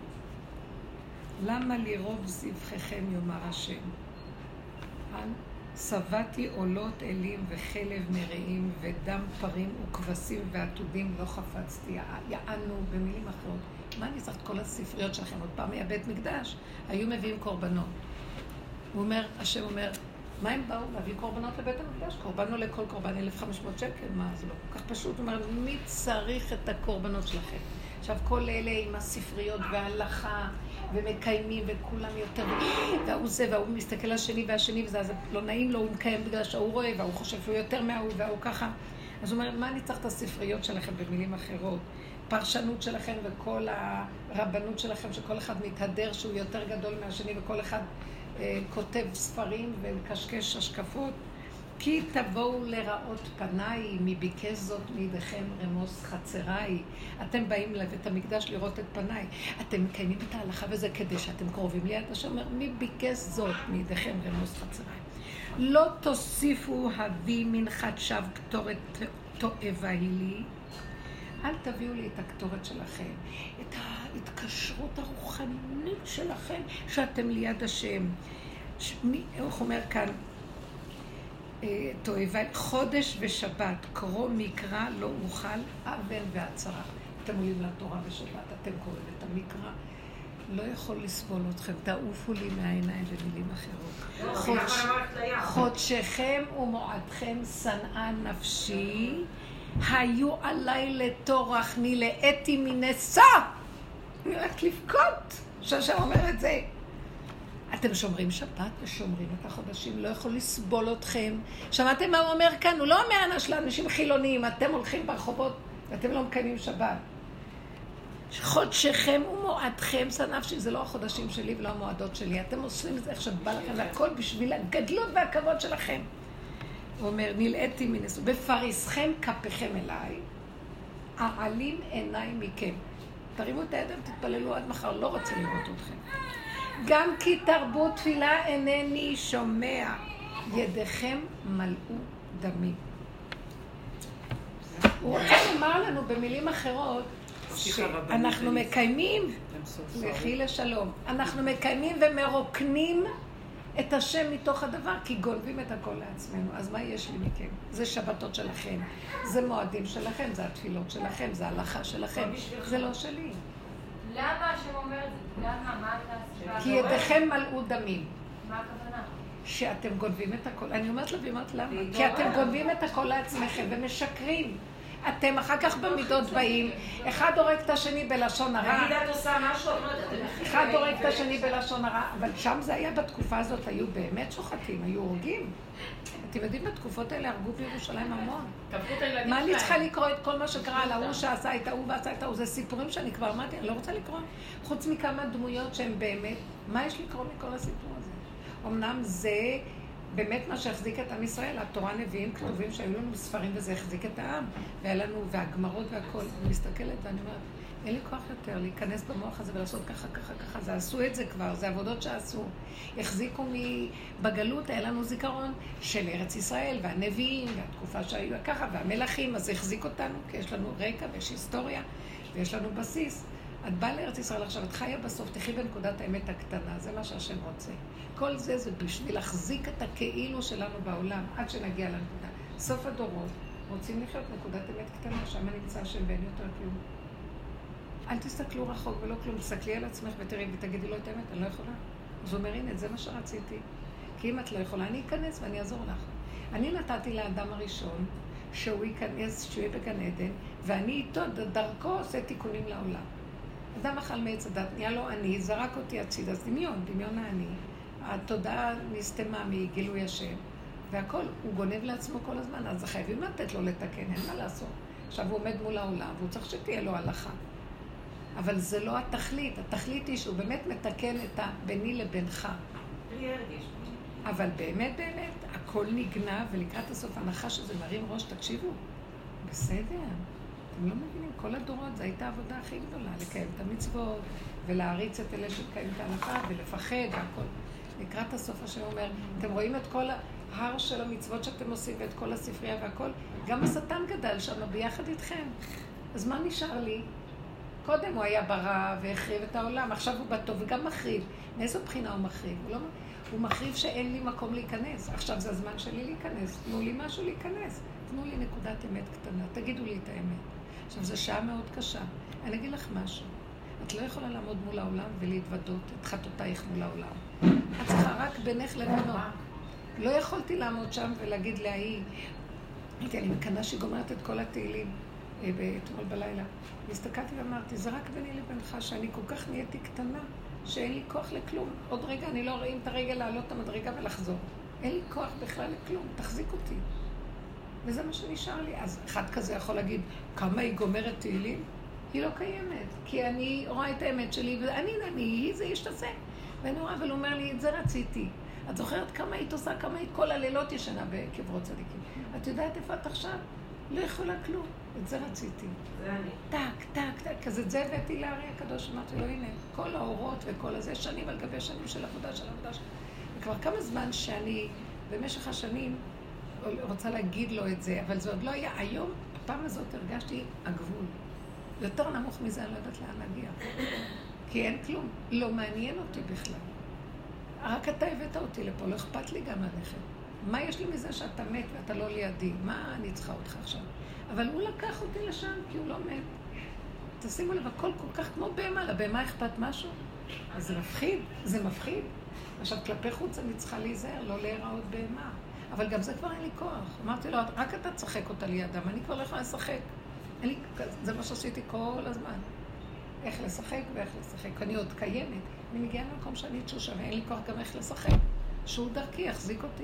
למה לרוב זבחיכם יאמר השם? על שבעתי עולות אלים וחלב מרעים ודם פרים וכבשים ועתודים לא חפצתי. יענו במילים אחרות. מה אני צריך את כל הספריות שלכם? עוד פעם היה בית מקדש, היו מביאים קורבנות. הוא אומר, השם אומר, מה הם באו? להביא קורבנות לבית המקדש? קורבנו לכל קורבן אלף וחמש מאות שקל, מה? זה לא כל כך פשוט. הוא אומר, מי צריך את הקורבנות שלכם? עכשיו כל אלה עם הספריות וההלכה, ומקיימים וכולם יותר, והוא זה, והוא מסתכל לשני והשני, וזה אז לא נעים לו, הוא מקיים בגלל שהוא רואה, והוא חושב שהוא יותר מההוא, והוא ככה. אז הוא אומר, מה אני צריך את הספריות שלכם במילים אחרות? פרשנות שלכם וכל הרבנות שלכם, שכל אחד מתהדר שהוא יותר גדול מהשני, וכל אחד אה, כותב ספרים ומקשקש השקפות. כי תבואו לראות פניי, מי ביקש זאת מידיכם רמוס חצריי. אתם באים לבית המקדש לראות את פניי. אתם מקיימים את ההלכה וזה כדי שאתם קרובים ליד השם. אומר, מי ביקש זאת מידיכם רמוס חצריי. לא תוסיפו הביא מנחת שווא קטורת תועבה היא לי. אל תביאו לי את הקטורת שלכם, את ההתקשרות הרוחנית שלכם, שאתם ליד השם. הוא אומר כאן, תועבה, חודש ושבת, קרוא מקרא לא אוכל, אבן והצרה. אתם עולים לתורה בשבת, אתם קוראים את המקרא, לא יכול לסבול אתכם, תעופו לי מהעיניים במילים אחרות. חודשכם ומועדכם שנאה נפשי, היו עליי לטורח נלאיתי מנסה. אני הולכת לבכות, שהשם אומר את זה. אתם שומרים שבת ושומרים את החודשים, לא יכול לסבול אתכם. שמעתם מה הוא אומר כאן? הוא לא אומר של אנשים חילוניים, אתם הולכים ברחובות ואתם לא מקיימים שבת. חודשכם ומועדכם, שנאה נפשי, זה לא החודשים שלי ולא המועדות שלי. אתם עושים את זה איך שבא לכם, והכל בשביל הגדלות והכבוד שלכם. הוא אומר, נלאיתי מנסו, בפריסכם כפיכם אליי, העלים עיניי מכם. תרימו את הידיים, תתפללו עד מחר, לא רוצה לראות אתכם. גם כי תרבו תפילה אינני שומע, ידיכם מלאו דמי. הוא רוצה לומר לנו במילים אחרות, שאנחנו מקיימים, לכי לשלום, אנחנו מקיימים ומרוקנים את השם מתוך הדבר, כי גונבים את הכל לעצמנו. אז מה יש לי מכם? זה שבתות שלכם, זה מועדים שלכם, זה התפילות שלכם, זה ההלכה שלכם, זה לא שלי. למה השם אומר את זה? למה? מה אתה... כי ידיכם מלאו דמים. מה הכוונה? שאתם גונבים את הכל. אני אומרת לה, ואומרת למה? כי אתם גונבים את הכל לעצמכם ומשקרים. אתם אחר כך במידות באים, אחד הורג את השני בלשון הרע. נגיד את עושה משהו, אחד הורג את השני בלשון הרע, אבל שם זה היה בתקופה הזאת, היו באמת שוחטים, היו הורגים. אתם יודעים, בתקופות האלה הרגו בירושלים המון. מה אני צריכה לקרוא את כל מה שקרה על ההוא שעשה את ההוא ועשה את ההוא? זה סיפורים שאני כבר אמרתי, אני לא רוצה לקרוא. חוץ מכמה דמויות שהן באמת, מה יש לקרוא מכל הסיפור הזה? אמנם זה באמת מה שהחזיק את עם ישראל, התורה נביאים כתובים שהיו לנו בספרים וזה החזיק את העם, והיה לנו, והגמרות והכל. אני מסתכלת ואני אומרת, אין לי כוח יותר להיכנס במוח הזה ולעשות ככה, ככה, ככה. זה עשו את זה כבר, זה עבודות שעשו. החזיקו בגלות, היה לנו זיכרון של ארץ ישראל והנביאים והתקופה שהיו ככה, והמלכים, אז החזיק אותנו, כי יש לנו רקע ויש היסטוריה ויש לנו בסיס. את באה לארץ ישראל עכשיו, את חיה בסוף, תחי בנקודת האמת הקטנה, זה מה שהשם רוצה. כל זה זה בשביל להחזיק את הכאילו שלנו בעולם, עד שנגיע לנקודה. סוף הדורות, רוצים לחיות נקודת אמת קטנה, שם נמצא השם ואין יותר כלום. אל תסתכלו רחוק ולא כלום, תסתכלי על עצמך ותראי ותגידי לו את האמת, אני לא יכולה. אז הוא אומר, הנה, זה מה שרציתי. כי אם את לא יכולה, אני אכנס ואני אעזור לך. אני נתתי לאדם הראשון, שהוא ייכנס, שהוא יהיה בגן עדן, ואני איתו, דרכו עושה תיקונים לעולם. אדם אכל מעץ הדת, נהיה לו אני, זרק אותי הצידה, אז דמיון, דמיון העני. התודעה נסתמה מגילוי השם, והכל, הוא גונב לעצמו כל הזמן, אז חייבים לתת לו לתקן, אין מה לעשות. עכשיו הוא עומד מול העולם, והוא צריך שתהיה לו הלכה. אבל זה לא התכלית, התכלית היא שהוא באמת מתקן את הביני לבינך. בלי הרגש. אבל באמת באמת, הכל נגנב, ולקראת הסוף הנחה שזה מרים ראש, תקשיבו, בסדר. אתם לא מבינים, כל הדורות, זו הייתה העבודה הכי גדולה, לקיים את המצוות, ולהריץ את אלה שקיים את ההלכה, ולפחד, והכל. לקראת הסוף השם אומר, אתם רואים את כל ההר של המצוות שאתם עושים, ואת כל הספרייה והכל, גם השטן גדל שם ביחד איתכם. אז מה נשאר לי? קודם הוא היה ברע והחריב את העולם, עכשיו הוא בטוב וגם מחריב. מאיזו בחינה הוא מחריב? הוא, לא... הוא מחריב שאין לי מקום להיכנס. עכשיו זה הזמן שלי להיכנס. תנו לי משהו להיכנס. תנו לי נקודת אמת קטנה. תגידו לי את האמת. עכשיו זו שעה מאוד קשה. אני אגיד לך משהו. את לא יכולה לעמוד מול העולם ולהתוודות את חטאותייך מול העולם. את צריכה רק בינך לבינו. לא יכולתי לעמוד שם ולהגיד להיא, הייתי, אני מקנה שהיא גומרת את כל התהילים. אתמול בלילה. והסתכלתי ואמרתי, זה רק ביני לבינך שאני כל כך נהייתי קטנה, שאין לי כוח לכלום. עוד רגע אני לא רואים את הרגע לעלות את המדרגה ולחזור. אין לי כוח בכלל לכלום, תחזיק אותי. וזה מה שנשאר לי. אז אחד כזה יכול להגיד, כמה היא גומרת תהילים? היא לא קיימת, כי אני רואה את האמת שלי, ואני, אני, היא זה ישתעשה. ואני רואה, אבל הוא אומר לי, את זה רציתי. את זוכרת כמה היית עושה, כמה היית כל הלילות ישנה בקברות צדיקים. את יודעת איפה את עכשיו? לא יכולה כלום. את זה רציתי. זה אני. טק, טק, טק. אז את זה הבאתי לארי הקדוש, אמרתי לו, הנה, כל האורות וכל הזה, שנים על גבי שנים של עבודה, של עבודה. וכבר כמה זמן שאני, במשך השנים, רוצה להגיד לו את זה, אבל זה עוד לא היה. היום, הפעם הזאת הרגשתי הגבול. יותר נמוך מזה, אני לא יודעת לאן להגיע. כי אין כלום. לא מעניין אותי בכלל. רק אתה הבאת אותי לפה, לא אכפת לי גם ללכת. מה יש לי מזה שאתה מת ואתה לא לידי? מה אני צריכה אותך עכשיו? אבל הוא לקח אותי לשם כי הוא לא מת. תשימו לב, הכל כל כך כמו בהמה, לבהמה אכפת משהו? אז זה מפחיד, זה מפחיד. עכשיו, כלפי חוץ אני צריכה להיזהר, לא להיראות בהמה. אבל גם זה כבר אין לי כוח. אמרתי לו, רק אתה תשחק אותה לידם, אני כבר לא יכולה לשחק. אין לי, זה מה שעשיתי כל הזמן. איך לשחק ואיך לשחק. אני עוד קיימת. אני מגיעה למקום שאני תשושה ואין לי כוח גם איך לשחק. שהוא דרכי יחזיק אותי.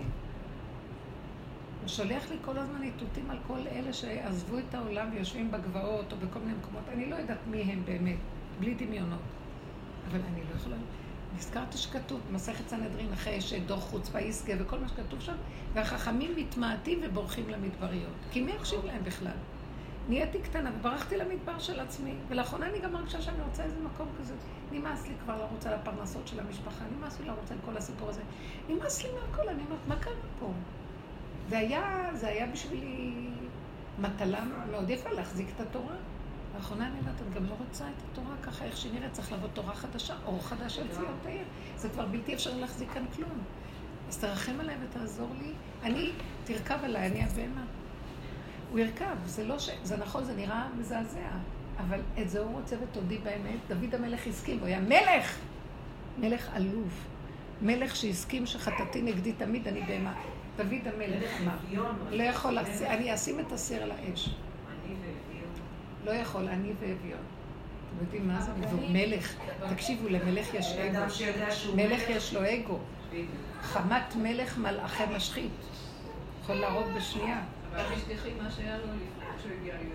הוא שולח לי כל הזמן איתותים על כל אלה שעזבו את העולם ויושבים בגבעות או בכל מיני מקומות. אני לא יודעת מי הם באמת, בלי דמיונות. אבל אני לא יכולה... נזכרתי שכתוב, מסכת סנהדרין, אחרי שדור חוצפה יסגה וכל מה שכתוב שם, והחכמים מתמעטים ובורחים למדבריות. כי מי יקשיב להם בכלל? נהייתי קטנה וברחתי למדבר של עצמי, ולאחרונה אני גם מרגישה שאני רוצה איזה מקום כזה. נמאס לי כבר לרוץ על הפרנסות של המשפחה, נמאס לי לרוץ על כל הסיפור הזה. נמאס לי מהכל, אני אומרת, מה קרה פה? זה היה, זה היה בשבילי מטלה מאוד יפה להחזיק את התורה. לאחרונה אני אומרת, אני גם לא רוצה את התורה ככה, איך שנראה, צריך לבוא תורה חדשה, אור חדש על ציון תאיר. זה כבר בלתי אפשר להחזיק כאן כלום. אז תרחם עליי ותעזור לי. אני, תרכב עליי, אני הבמה. הוא ירכב, זה לא ש... זה נכון, זה נראה מזעזע, אבל את זה הוא רוצה ותודי באמת. דוד המלך הסכים, הוא היה מלך! מלך אלוף. מלך שהסכים שחטאתי נגדי תמיד, אני בהמה. דוד המלך אמר, לא יכול להחזיר, אני אשים את הסיר על האש. אני ואביון. לא יכול, אני ואביון. אתם יודעים מה זה? והוא מלך. תקשיבו, למלך יש אגו. מלך יש לו אגו. חמת מלך מלאכי משחית. יכול להרוג בשנייה. אבל תשתכחי מה שהיה לו לפני כשהוא הגיע להיות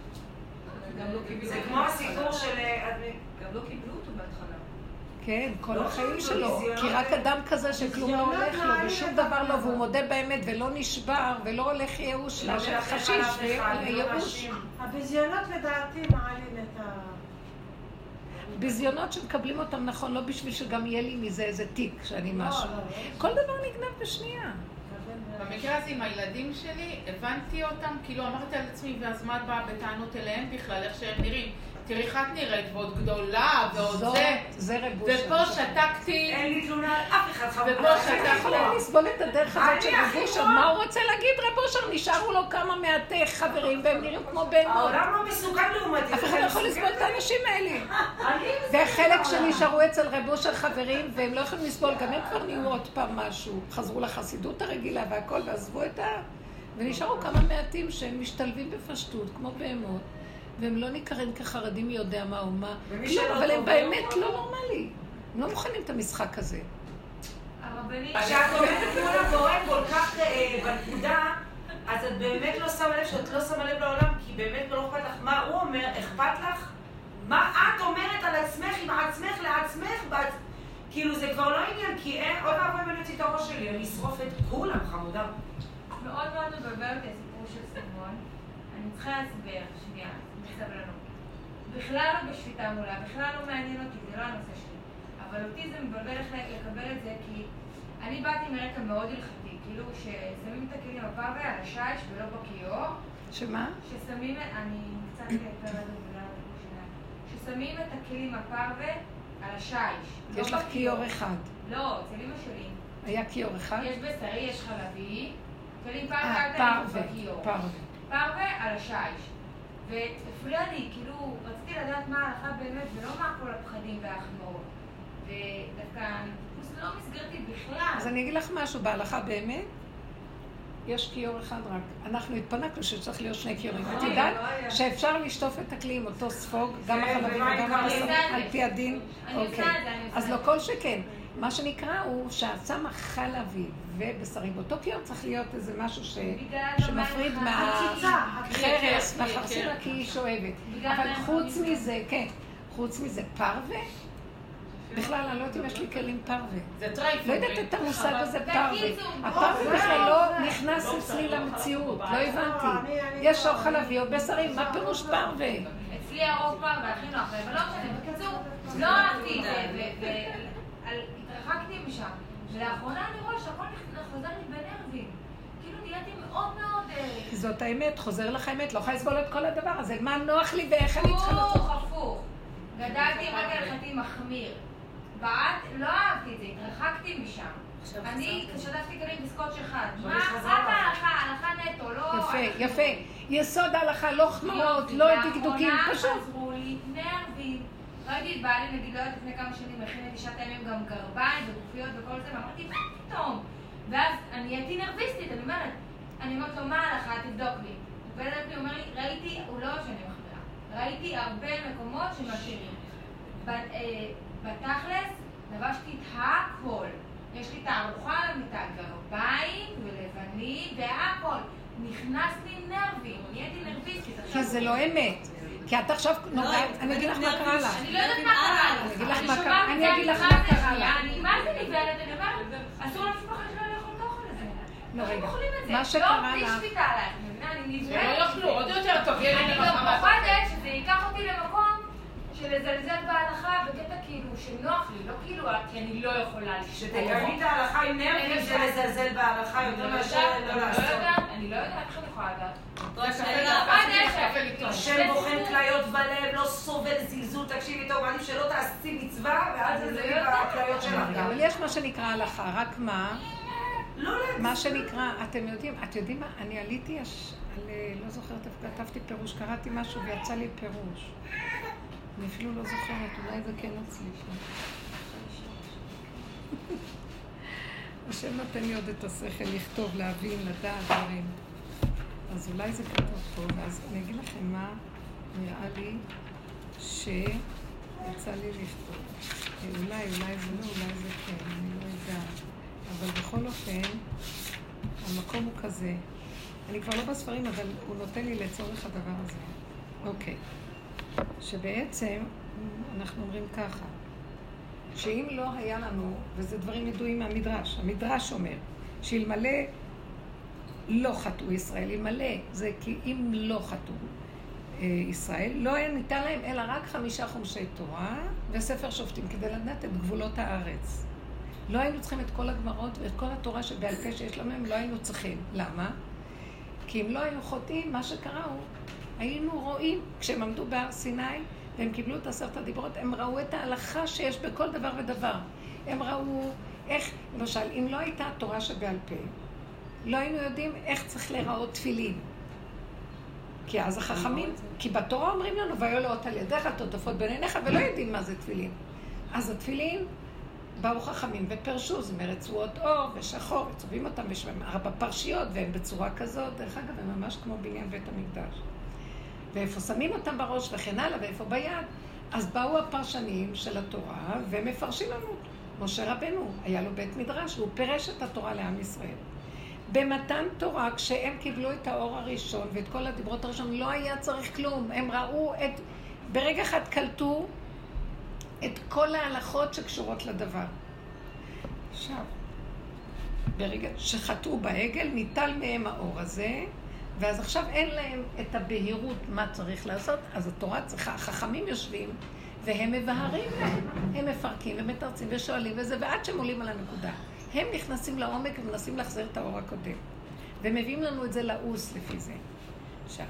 מלך. זה כמו הסיפור של... גם לא קיבלו אותו בהתחלה. כן, כל החיים שלו. כי רק אדם כזה שכלום לא הולך לו ושום דבר לא, והוא מודה באמת ולא נשבר ולא הולך ייאוש, של חשיש וייאוש. הביזיונות לדעתי מעלים את ה... ביזיונות שמקבלים אותם נכון, לא בשביל שגם יהיה לי מזה איזה תיק שאני משהו. כל דבר נגנב בשנייה. במקרה הזה עם הילדים שלי, הבנתי אותם, כאילו אמרתי על עצמי, ואז מה את באה בטענות אליהם בכלל, איך שהם נראים. תראי איך את נראית, ועוד גדולה, ועוד זה. זה רבושר. ופה שתקתי. אין לי תלונה על אף אחד חמור. ופה שתקתי. אני יכולה לסבול את הדרך הזאת של רבושר. מה הוא רוצה להגיד רבושר? נשארו לו כמה מעטי חברים, והם נראים כמו בהמות. העולם לא מסוכן לעומתי. אף אחד לא יכול לסבול את האנשים האלה. וחלק שנשארו אצל רבושר חברים, והם לא יכולים לסבול, גם הם כבר נהיו עוד פעם משהו. חזרו לחסידות הרגילה והכל, ועזבו את ה... ונשארו כמה מעטים שהם משתלבים בפשטות, כמו בהמות. והם לא ניכרים כחרדים מי יודע מה או מה, אבל הם באמת לא נורמלי. הם לא מוכנים את המשחק הזה. כשאת עומדת מול הבורא כל כך בנקודה, אז את באמת לא שמה לב שאת לא שמה לב לעולם, כי באמת לא אכפת לך. מה הוא אומר? אכפת לך? מה את אומרת על עצמך, עם עצמך, לעצמך? כאילו זה כבר לא עניין, כי אין עוד אבוי בנצית הראש שלי, אני אשרוף את כולם, חמודה. מאוד מאוד מבלבל אותי הסיפור של סימון. אני צריכה להסבר, שנייה. סבלנות. בכלל לא בשפיטה מולה, בכלל לא מעניין אותי, זה לא הנושא שלי. אבל אותי זה מבלבל איך לקבל את זה, כי אני באתי מרקע מאוד הלכתי, כאילו ששמים את הכלים הפרווה על השיש ולא בכיור. שמה? ששמים, אני קצת פרדת בגלל הדבר שלה. ששמים את הכלים הפרווה על השיש. יש לך כיור אחד. לא, אצל אמא שלי. היה כיור אחד? יש בשרי, יש חלבי, כלים פרווה אה, פרווה, פרווה. פרווה על השיש. והפריע לי, כאילו, רציתי לדעת מה ההלכה באמת, ולא מה כל הפחדים והחמרות. ודווקא אני לא מסגרתי בכלל. אז אני אגיד לך משהו, בהלכה באמת, יש כיור אחד רק. אנחנו התפנקנו שצריך להיות שני כיורים. את יודעת שאפשר לשטוף את הכלי עם אותו ספוג, גם החלבי וגם הבשר, על פי הדין? אוקיי. אז לא כל שכן. מה שנקרא הוא שהצמח חלבי ובשרים. באותו כיור צריך להיות איזה משהו שמפריד מהחרס והחרסינה כי היא שואבת. אבל חוץ מזה, כן, חוץ מזה פרווה, בכלל, אני לא יודעת אם יש לי כלים פרווה. זה טרייפון. לא יודעת את המושג הזה פרווה. הפרווה בכלל לא נכנס אצלי למציאות, לא הבנתי. יש אור חלבי או בשרים, מה פירוש פרווה? אצלי הרוב פרווה, הכי נוח, אבל לא משנה. בקיצור, לא אהבתי את זה, והתרחקתי משם. ולאחרונה אני רואה שהכל חוזר לי בנרבים. כאילו נהייתי מאוד מאוד... כי זאת האמת, חוזר לך האמת, לא יכולה לסבול את כל הדבר הזה. מה נוח לי ואיך אני צריכה לעשות? הפוך, הפוך. גדלתי רק על חטי מחמיר. בעד, לא אהבתי את זה, התרחקתי משם. אני שדפתי כלים פסקות אחד. מה? רק ההלכה, ההלכה נטו, לא... יפה, יפה. יסוד ההלכה, לא חמרות, לא דקדוקים, פשוט. לאחרונה חזרו לי נרבים. ראיתי את בעלי, נגיד, לא יודעת לפני כמה שנים, הכין את תשעת הימים גם גרביים וגופיות וכל זה, ואמרתי, מה פתאום? ואז אני הייתי נרביסטית, אני אומרת, אני אומרת לו, מה ההלכה? תבדוק לי. ובדק לי, אומר לי, ראיתי, הוא לא שאני מחמירה. ראיתי הרבה מקומות שמתירים. בתכלס, לבשתי את הכל. יש לי תערוכה על המיטה, גרביים ולבנים והכל. נכנס לי נרבים, נהייתי נרביסטית. כי זה לא אמת. כי את עכשיו נוגעת, אני אגיד לך מה קרה לך. אני לא יודעת מה קרה לך. אני אגיד לך מה קרה, אני אגיד לך מה קרה לך. אני מה זה נבלת, אני אומרת, אסור למשפחה שלא לאכול את האוכל הזה. לא רגע, מה מה שקרה לא, בלי לך... שפיטה עליי, אני נבלת. לא יאכלו, עוד יותר טוב, יהיה לי אני גם פוחדת שזה ייקח אותי למקום של לזלזל בהלכה בקטע כאילו שנוח לי, לא כאילו כי אני לא יכולה לשתות. שתקיימי את ההלכה עם נרבים זה לזלזל בהלכה יותר מאשר לא לעשות. אני לא יודעת איך אני יכולה לדעת. השם בוחן כליות בלב, לא סובל זלזול, תקשיבי טוב, מעדיף שלא תעשי מצווה ואל תזלזלי בכליות שלך. אבל יש מה שנקרא הלכה, רק מה? מה שנקרא, אתם יודעים, אתם יודעים מה? אני עליתי על, לא זוכרת, כתבתי פירוש, קראתי משהו ויצא לי פירוש. אני אפילו לא זוכרת, אולי זה כן הצליח. השם נותן לי עוד את השכל לכתוב, להבין, לדעת דברים. אז אולי זה כתוב טוב, אז אני אגיד לכם מה נראה לי שיצא לי לכתוב. אולי, אולי זה לא, אולי זה כן, אני לא יודעת. אבל בכל אופן, המקום הוא כזה. אני כבר לא בספרים, אבל הוא נותן לי לצורך הדבר הזה. אוקיי. שבעצם אנחנו אומרים ככה, שאם לא היה לנו, וזה דברים ידועים מהמדרש, המדרש אומר, שאלמלא לא חטאו ישראל, אלמלא זה כי אם לא חטאו ישראל, לא היה ניתן להם אלא רק חמישה חומשי תורה וספר שופטים כדי לדעת את גבולות הארץ. לא היינו צריכים את כל הגמרות ואת כל התורה שבעל פה שיש לנו, לא היינו צריכים. למה? כי אם לא היינו חוטאים, מה שקרה הוא, היינו רואים, כשהם עמדו בהר סיני והם קיבלו את עשרת הדיברות, הם ראו את ההלכה שיש בכל דבר ודבר. הם ראו איך, למשל, אם לא הייתה התורה שבעל פה, לא היינו יודעים איך צריך להיראות תפילין. כי אז החכמים, כי בתורה אומרים לנו, והיו לאות על ידיך, תוטפות בין עיניך, ולא יודעים מה זה תפילין. אז התפילין, באו חכמים ופרשו, זאת אומרת, צבועות אור ושחור, וצובעים אותם ארבע פרשיות, והם בצורה כזאת, דרך אגב, הם ממש כמו בניין בית המקדש. ואיפה שמים אותם בראש וכן הלאה, ואיפה ביד. אז באו הפרשנים של התורה, והם מפרשים לנו. משה רבנו, היה לו בית מדרש, והוא פירש את התורה לעם ישראל. במתן תורה, כשהם קיבלו את האור הראשון, ואת כל הדיברות הראשון, לא היה צריך כלום. הם ראו את, ברגע אחד קלטו, את כל ההלכות שקשורות לדבר. עכשיו, ברגע שחטאו בעגל, ניטל מהם האור הזה, ואז עכשיו אין להם את הבהירות מה צריך לעשות, אז התורה צריכה, החכמים יושבים, והם מבהרים להם, הם מפרקים ומתרצים ושואלים וזה, ועד שהם עולים על הנקודה. הם נכנסים לעומק ומנסים להחזיר את האור הקודם, ומביאים לנו את זה לעוס לפי זה. עכשיו,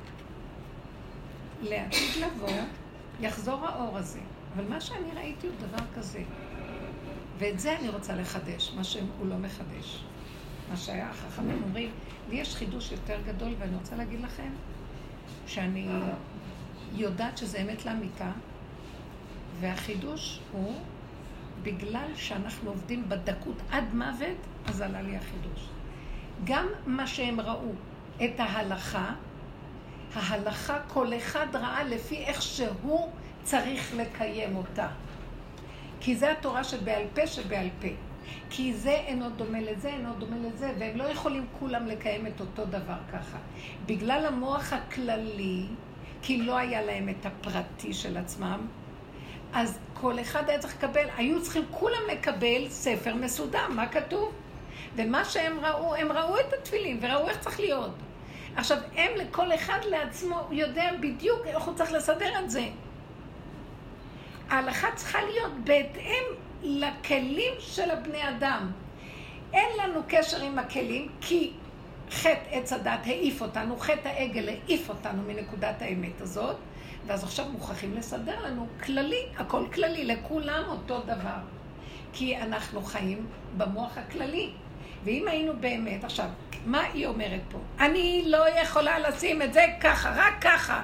לעתיד לבוא, יחזור האור הזה. אבל מה שאני ראיתי הוא דבר כזה, ואת זה אני רוצה לחדש, מה שהוא לא מחדש. מה שהיה, החכמים אומרים, לי יש חידוש יותר גדול, ואני רוצה להגיד לכם, שאני יודעת שזה אמת לאמיתה, והחידוש הוא, בגלל שאנחנו עובדים בדקות עד מוות, אז עלה לי החידוש. גם מה שהם ראו, את ההלכה, ההלכה כל אחד ראה לפי איך שהוא צריך לקיים אותה. כי זה התורה שבעל פה שבעל פה. כי זה אינו דומה לזה, אינו דומה לזה, והם לא יכולים כולם לקיים את אותו דבר ככה. בגלל המוח הכללי, כי לא היה להם את הפרטי של עצמם, אז כל אחד היה צריך לקבל, היו צריכים כולם לקבל ספר מסודר, מה כתוב? ומה שהם ראו, הם ראו את התפילין וראו איך צריך להיות. עכשיו, הם לכל אחד לעצמו יודע בדיוק איך הוא צריך לסדר את זה. ההלכה צריכה להיות בהתאם לכלים של הבני אדם. אין לנו קשר עם הכלים, כי חטא עץ הדת העיף אותנו, חטא העגל העיף אותנו מנקודת האמת הזאת, ואז עכשיו מוכרחים לסדר לנו כללי, הכל כללי, לכולם אותו דבר. כי אנחנו חיים במוח הכללי. ואם היינו באמת, עכשיו, מה היא אומרת פה? אני לא יכולה לשים את זה ככה, רק ככה.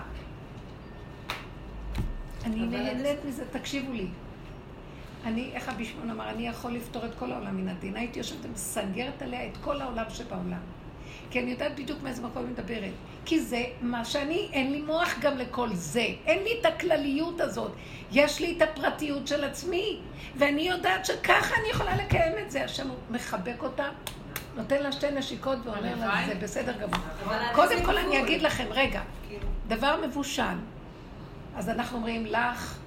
אני נהנית מזה, תקשיבו לי. אני, איך רבי שמעון אמר, אני יכול לפתור את כל העולם מן הדין. הייתי יושבת ומסגרת עליה את כל העולם שבעולם. כי אני יודעת בדיוק מאיזה מקום היא מדברת. כי זה מה שאני, אין לי מוח גם לכל זה. אין לי את הכלליות הזאת. יש לי את הפרטיות של עצמי. ואני יודעת שככה אני יכולה לקיים את זה. השם מחבק אותה, נותן לה שתי נשיקות ואומר לה, זה בסדר גמור. קודם כל אני אגיד לכם, רגע, דבר מבושל. אז אנחנו אומרים לך,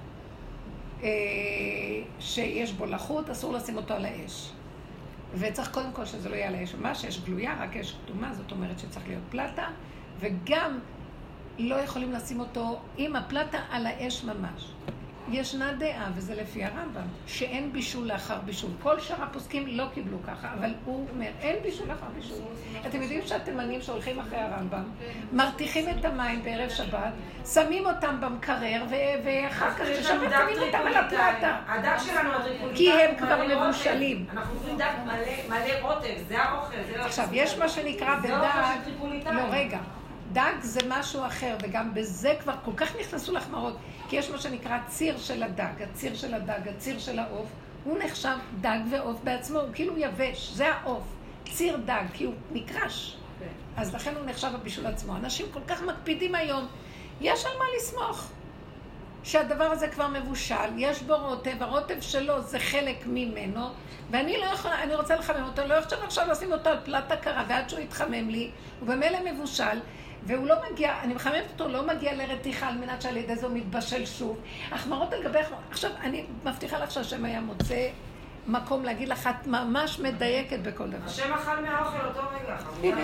שיש בו לחות, אסור לשים אותו על האש. וצריך קודם כל שזה לא יהיה על האש ממש, יש גלויה, רק אש כתומה, זאת אומרת שצריך להיות פלטה, וגם לא יכולים לשים אותו עם הפלטה על האש ממש. ישנה דעה, וזה לפי הרמב"ם, שאין בישול לאחר בישול. כל שאר הפוסקים לא קיבלו ככה, אבל הוא אומר, אין בישול לאחר בישול. אתם יודעים שהתימנים שהולכים אחרי הרמב"ם, מרתיחים את המים בערב שבת, שמים אותם במקרר, ואחר כך ששם שמים אותם על הפלטה. הדג שלנו הטריפוליטאי, כי הם כבר מבושלים. אנחנו אוכלים דג מלא רוטב, זה האוכל. עכשיו, יש מה שנקרא בדג, לא רגע. דג זה משהו אחר, וגם בזה כבר כל כך נכנסו לחמרות, כי יש מה שנקרא ציר של הדג, הציר של הדג, הציר של העוף, הוא נחשב דג ועוף בעצמו, הוא כאילו יבש, זה העוף, ציר דג, כי הוא נקרש. אז לכן הוא נחשב הבישול עצמו. אנשים כל כך מקפידים היום, יש על מה לסמוך, שהדבר הזה כבר מבושל, יש בו רוטב, הרוטב שלו זה חלק ממנו, ואני לא יכולה, אני רוצה לחמם אותו, לא יכולה עכשיו לשים אותו על פלטה קרה, ועד שהוא יתחמם לי, הוא במילא מבושל, והוא לא מגיע, אני מחממת אותו, לא מגיע לרתיחה על מנת שעל ידי זה הוא מתבשל שוב. החמרות על גבי החמרות. עכשיו, אני מבטיחה לך שהשם היה מוצא מקום להגיד לך, את ממש מדייקת בכל דבר. השם אכל מהאוכל אותו רגע, חמורה.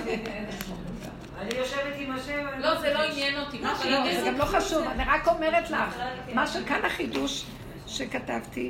אני יושבת עם השם... לא, זה לא עניין אותי. זה גם לא חשוב, אני רק אומרת לך, מה שכאן החידוש שכתבתי,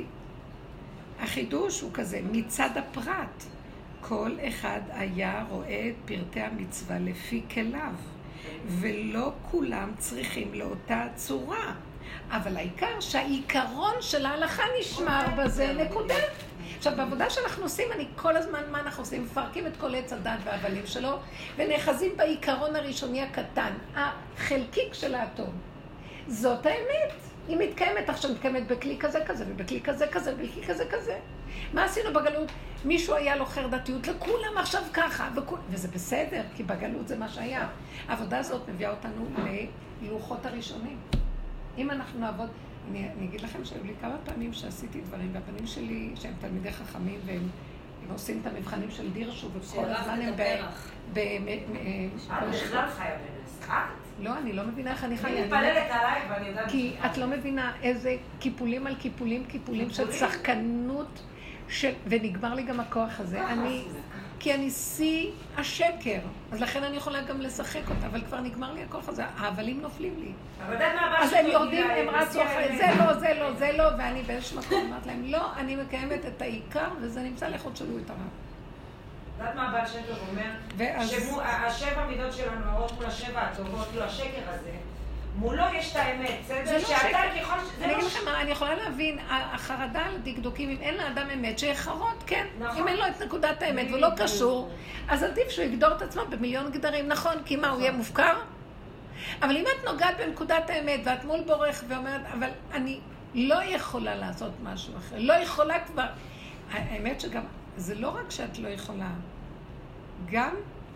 החידוש הוא כזה, מצד הפרט, כל אחד היה רואה את פרטי המצווה לפי כליו. ולא כולם צריכים לאותה צורה. אבל העיקר שהעיקרון של ההלכה נשמר בזה, נקודה. עכשיו, בעבודה שאנחנו עושים, אני כל הזמן, מה אנחנו עושים? מפרקים את כל עץ הדת והבלים שלו, ונאחזים בעיקרון הראשוני הקטן, החלקיק של האטום. זאת האמת. היא מתקיימת עכשיו, מתקיימת בכלי כזה כזה, ובכלי כזה כזה, ובכלי כזה כזה. מה עשינו בגלות? מישהו היה לו חרדתיות, לכולם עכשיו ככה, וכול... וזה בסדר, כי בגלות זה מה שהיה. העבודה הזאת מביאה אותנו ללוחות הראשונים. אם אנחנו נעבוד, אני, אני אגיד לכם שהיו לי כמה פעמים שעשיתי דברים, והבנים שלי, שהם תלמידי חכמים, והם הם עושים את המבחנים של דירשו, וכל הזמן הם ב... ב... את בכלל חיה בנס. את? לא, אני לא מבינה איך אני חיה. אני מתפללת עלייך ואני יודעת... כי את לא מבינה איזה קיפולים על קיפולים, קיפולים של שחקנות, ונגמר לי גם הכוח הזה. אני... כי אני שיא השקר, אז לכן אני יכולה גם לשחק אותה, אבל כבר נגמר לי הכוח הזה, ההבלים נופלים לי. אז הם יורדים, הם רצו אחרי, זה לא, זה לא, זה לא, ואני באיזשהו מקום אומרת להם, לא, אני מקיימת את העיקר, וזה נמצא לכות שלו את הרב. יודעת מה הבעל שם טוב אומר? שהשבע מידות שלנו, הרעות מול השבע הטובות, כאילו השקר הזה, מולו יש את האמת, בסדר? שאתה ככל שזה לא... אני אגיד לכם, אני יכולה להבין, החרדה על דקדוקים, אם אין לאדם אמת, שיחרות, כן. אם אין לו את נקודת האמת והוא לא קשור, אז עדיף שהוא יגדור את עצמו במיליון גדרים, נכון? כי מה, הוא יהיה מופקר? אבל אם את נוגעת בנקודת האמת, ואת מול בורך ואומרת, אבל אני לא יכולה לעשות משהו אחר, לא יכולה כבר... האמת שגם, זה לא רק שאת לא יכולה, גם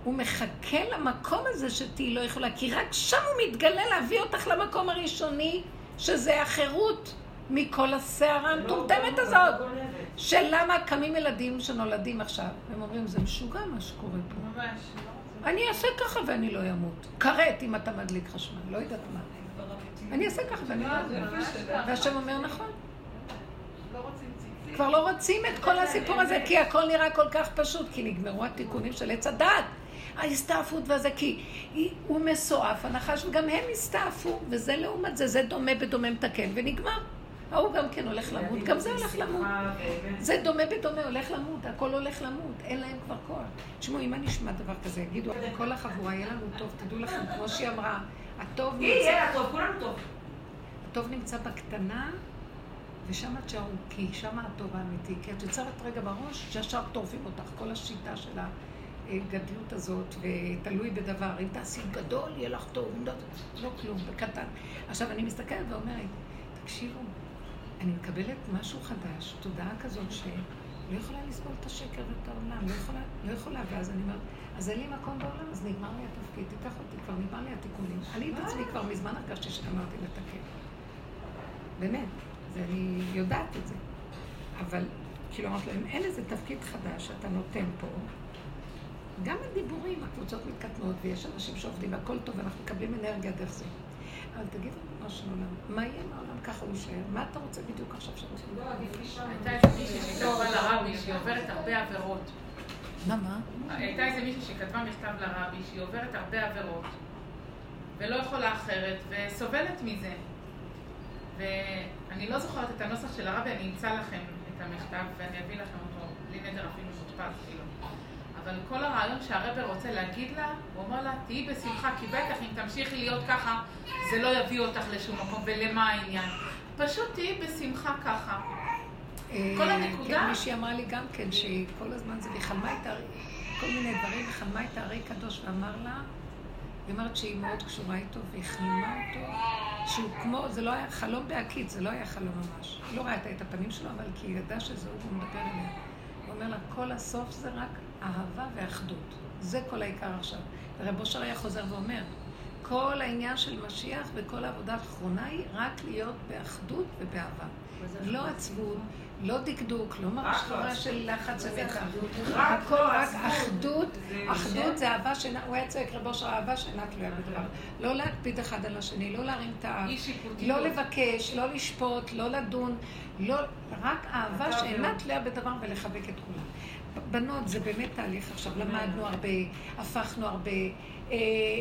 הוא מחכה למקום הזה שתהי לא יכולה, כי רק שם הוא מתגלה להביא אותך למקום הראשוני, שזה החירות מכל הסערה המטומטמת הזאת. של למה קמים ילדים שנולדים עכשיו, והם אומרים, זה משוגע מה שקורה פה. ממש. אני אעשה ככה ואני לא ימות. כרת אם אתה מדליק חשמל, לא יודעת מה. אני אעשה ככה ואני לא ימות. והשם אומר נכון. כבר לא רוצים את כל הסיפור הזה, כי הכל נראה כל כך פשוט, כי נגמרו התיקונים של עץ הדעת. ההסתעפות והזה, כי הוא מסועף, הנחש, וגם הם הסתעפו, וזה לעומת זה, זה דומה בדומה מתקן, ונגמר. ההוא גם כן הולך למות, גם זה הולך למות. זה דומה בדומה, הולך למות, הכל הולך למות, אין להם כבר כוח. תשמעו, אם אני אשמע דבר כזה, יגידו, כל החבורה, יהיה לנו טוב, תדעו לכם, כמו שהיא אמרה, הטוב נמצא... יהיה טוב, כולנו טוב. הטוב נמצא בקטנה, ושם את שערו, כי שם הטוב האמיתי, כי את יוצרת רגע בראש, שישר טורפים אותך, כל השיטה של הגדלות הזאת, ותלוי בדבר, אם תעשי גדול, יהיה לך טוב, לא כלום, בקטן. עכשיו, אני מסתכלת ואומרת, תקשיבו, אני מקבלת משהו חדש, תודעה כזאת שלא יכולה לסבול את השקר ואת העולם, לא יכולה, לא יכולה, ואז אני אומרת, אז אין לי מקום בעולם, אז נגמר לי התפקיד, תיקח אותי, כבר נגמר לי התיקונים. אני את עצמי כבר מזמן הרגשתי שאמרתי לתקן. באמת, זה, אני יודעת את זה. אבל, כאילו אמרת להם, אין איזה תפקיד חדש שאתה נותן פה. גם הדיבורים, הקבוצות מתקטנות, ויש אנשים שעובדים, והכל טוב, ואנחנו מקבלים אנרגיה דרך זה. אבל תגיד לנו משהו לעולם, מה יהיה עם העולם ככה הוא יישאר? מה אתה רוצה בדיוק עכשיו שרוצים? הייתה איזה מישהי שכתבה לרבי שהיא עוברת הרבה עבירות. מה, מה? הייתה איזה מישהי שכתבה מכתב לרבי שהיא עוברת הרבה עבירות ולא יכולה אחרת וסובלת מזה. ואני לא זוכרת את הנוסח של הרבי, אני אמצא לכם את המכתב ואני אביא לכם אותו, בלי נדר אפילו מודפס כאילו. אבל כל הרעיון שהרבי רוצה להגיד לה, הוא אומר לה, תהי בשמחה, כי בטח אם תמשיכי להיות ככה, זה לא יביא אותך לשום מקום, ולמה העניין? פשוט תהי בשמחה ככה. כל הנקודה... כן, מישהי אמרה לי גם כן, שכל הזמן זה, וחלמה את הרי, כל מיני דברים, וחלמה את הרי קדוש, ואמר לה, היא אומרת שהיא מאוד קשורה איתו, והיא חלמה אותו, שהוא כמו, זה לא היה חלום בהקיץ, זה לא היה חלום ממש. היא לא ראתה את הפנים שלו, אבל כי היא ידעה שזה הוא מדבר אליה. הוא אומר לה, כל הסוף זה רק אהבה ואחדות. זה כל העיקר עכשיו. ורב אושר היה חוזר ואומר, כל העניין של משיח וכל העבודה האחרונה היא רק להיות באחדות ובאהבה. לא עצבות, לא דקדוק, לא מרש חברה של לחץ ומתח. הכל רק אחדות, אחדות זה אהבה שאינה, הוא היה צועק רב אושר, אהבה שאינה תלויה בדבר. לא להקפיד אחד על השני, לא להרים את האף, לא לבקש, לא לשפוט, לא לדון, רק אהבה שאינה תלויה בדבר ולחבק את כולם. בנות, זה באמת תהליך עכשיו, למדנו הרבה, הפכנו הרבה, אה, אה,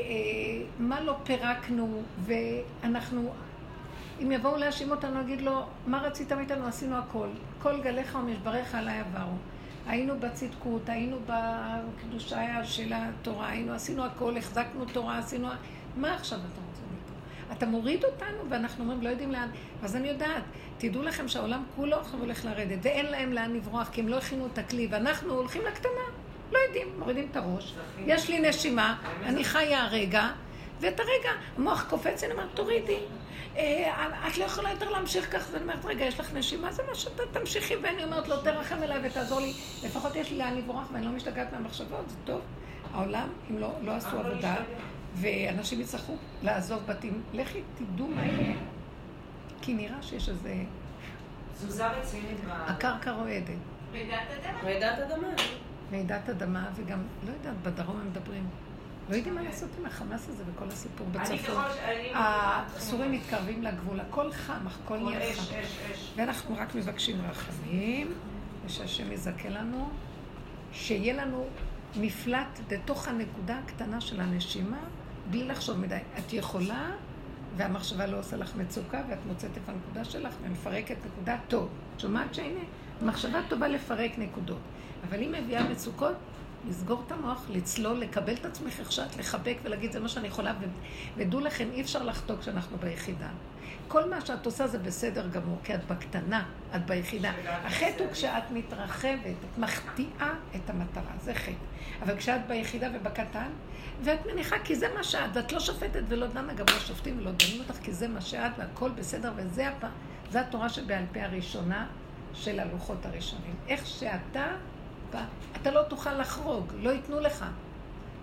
מה לא פירקנו, ואנחנו, אם יבואו להאשים אותנו, נגיד לו, מה רצית מאיתנו? עשינו הכל. כל גליך ומשבריך עליי עברו. היינו בצדקות, היינו בקדושה של התורה, היינו, עשינו הכל, החזקנו תורה, עשינו... מה עכשיו אתה רוצה מאיתנו? אתה מוריד אותנו, ואנחנו אומרים, לא יודעים לאן. אז אני יודעת, תדעו לכם שהעולם כולו הולך לרדת, ואין להם לאן לברוח, כי הם לא הכינו את הכלי, ואנחנו הולכים לקטנה, לא יודעים, מורידים את הראש, יש לי נשימה, אני חיה הרגע, ואת הרגע, המוח קופץ, אני אומרת, תורידי, את לא יכולה יותר להמשיך כך, ואני אומרת, רגע, יש לך נשימה, זה מה שאתה תמשיכי, ואני אומרת, לא תרחם אליי ותעזור לי, לפחות יש לי לאן לברוח, ואני לא משתגעת מהמחשבות, זה טוב. העולם, אם לא, לא עשו עבודה, ואנשים יצטרכו לעזוב בתים, לכי, תדעו מה יהיה. כי נראה שיש איזה... תזוזה רצינית ב... הקרקע רועדת. רעידת אדמה. רעידת אדמה. רעידת אדמה, וגם, לא יודעת, בדרום הם מדברים. לא יודעים מה לעשות עם החמאס הזה וכל הסיפור בצפון. הסורים מתקרבים לגבול, הכל חם, הכל נהיה חם. ואנחנו רק מבקשים רחמים, ושהשם יזכה לנו, שיהיה לנו מפלט בתוך הנקודה הקטנה של הנשימה, בלי לחשוב מדי. את יכולה, והמחשבה לא עושה לך מצוקה, ואת מוצאת את הנקודה שלך ומפרקת נקודה טוב. שומעת שהנה, מחשבה טובה לפרק נקודות. אבל אם מביאה מצוקות, לסגור את המוח, לצלול, לקבל את עצמך איך שאת, לחבק ולהגיד זה מה שאני יכולה, ודעו לכם, אי אפשר לחתוק כשאנחנו ביחידה. כל מה שאת עושה זה בסדר גמור, כי את בקטנה, את ביחידה. החטא הוא כשאת מתרחבת, את מחטיאה את המטרה, זה חטא. אבל כשאת ביחידה ובקטן, ואת מניחה כי זה מה שאת, ואת לא שופטת ולא דנה, גם לא שופטים ולא דנים אותך, כי זה מה שאת, והכל בסדר, וזה הפ... זה התורה שבעל פה הראשונה של הלוחות הראשונים. איך שאתה, אתה לא תוכל לחרוג, לא ייתנו לך.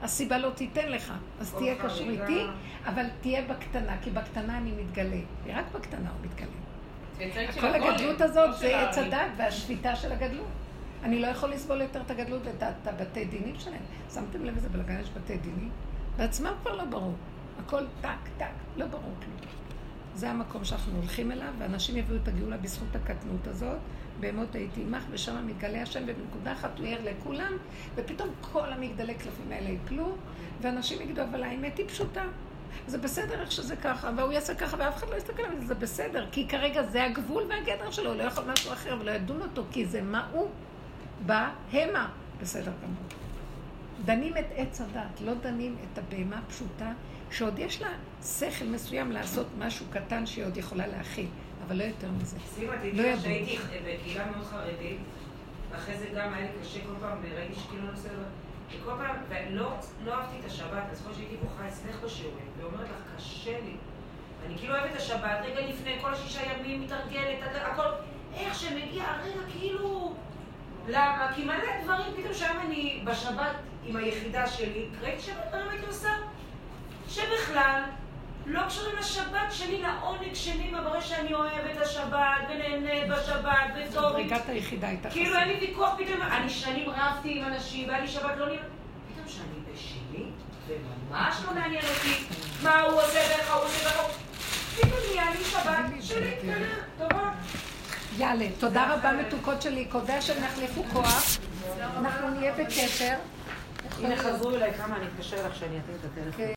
הסיבה לא תיתן לך. אז תהיה קשור איתי, אבל תהיה בקטנה, כי בקטנה אני מתגלה. רק בקטנה הוא מתגלה. כל הגדלות הזאת זה עץ הדת והשפיטה של הגדלות. אני לא יכול לסבול יותר את הגדלות ואת הבתי דינים שלהם. שמתם לב איזה בלגן יש בתי דינים? בעצמם כבר לא ברור. הכל טק, טק, לא ברור כלום. זה המקום שאנחנו הולכים אליו, ואנשים יביאו את הגאולה בזכות הקטנות הזאת. בהמות הייתי עמך, ושם מתגלה השם, ובנקודה אחת הוא יהיה לכולם, ופתאום כל המגדלי קלפים האלה יפלו, ואנשים יגידו, אבל האמת היא פשוטה. זה בסדר איך שזה ככה, והוא יעשה ככה, ואף אחד לא יסתכל על זה, זה בסדר, כי כרגע זה הגבול והגדר שלו, הוא לא יכול משהו אחר, ולא ידון אותו, כי זה מה הוא בא, המה. בסדר גמור. דנים את עץ הדת, לא דנים את הבהמה הפשוטה, שעוד יש לה שכל מסוים לעשות משהו קטן שהיא עוד יכולה להכיל, אבל לא יותר מזה. סימה, תדעי שהייתי בקהילה מאוד חרדית, ואחרי זה גם היה לי קשה כל פעם, וראיתי שכאילו נושא, וכל פעם, ולא אהבתי את השבת, אז כל שהייתי בוכה אצלך בשיעורים, ואומרת לך, קשה לי. אני כאילו אוהבת את השבת, רגע לפני, כל השישה ימים מתארגלת, הכל, איך שמגיע הרגע כאילו... למה? כי מלא דברים, פתאום שם אני בשבת עם היחידה שלי, ראיתי שבת דברים הייתי עושה, שבכלל לא קשורים לשבת שלי, לעונג שלי, מברא שאני אוהב את השבת, ונהנה בשבת, וטוב. בריגת היחידה הייתה חסר. כאילו אין לי ויכוח, פתאום, אני שנים רבתי עם אנשים, והיה לי שבת לא נראה. פתאום שאני בשלי, וממש לא מעניין אותי מה הוא עושה ואיך הוא עושה ואיך הוא... פתאום נהיה לי שבת שלי, קטנה, טובה. יאללה, תודה רבה מתוקות שלי, קודש שנחלפו כוח, אנחנו נהיה בקשר. הנה חזרו אליי כמה, אני אתקשר לך שאני אתן את הטלפון.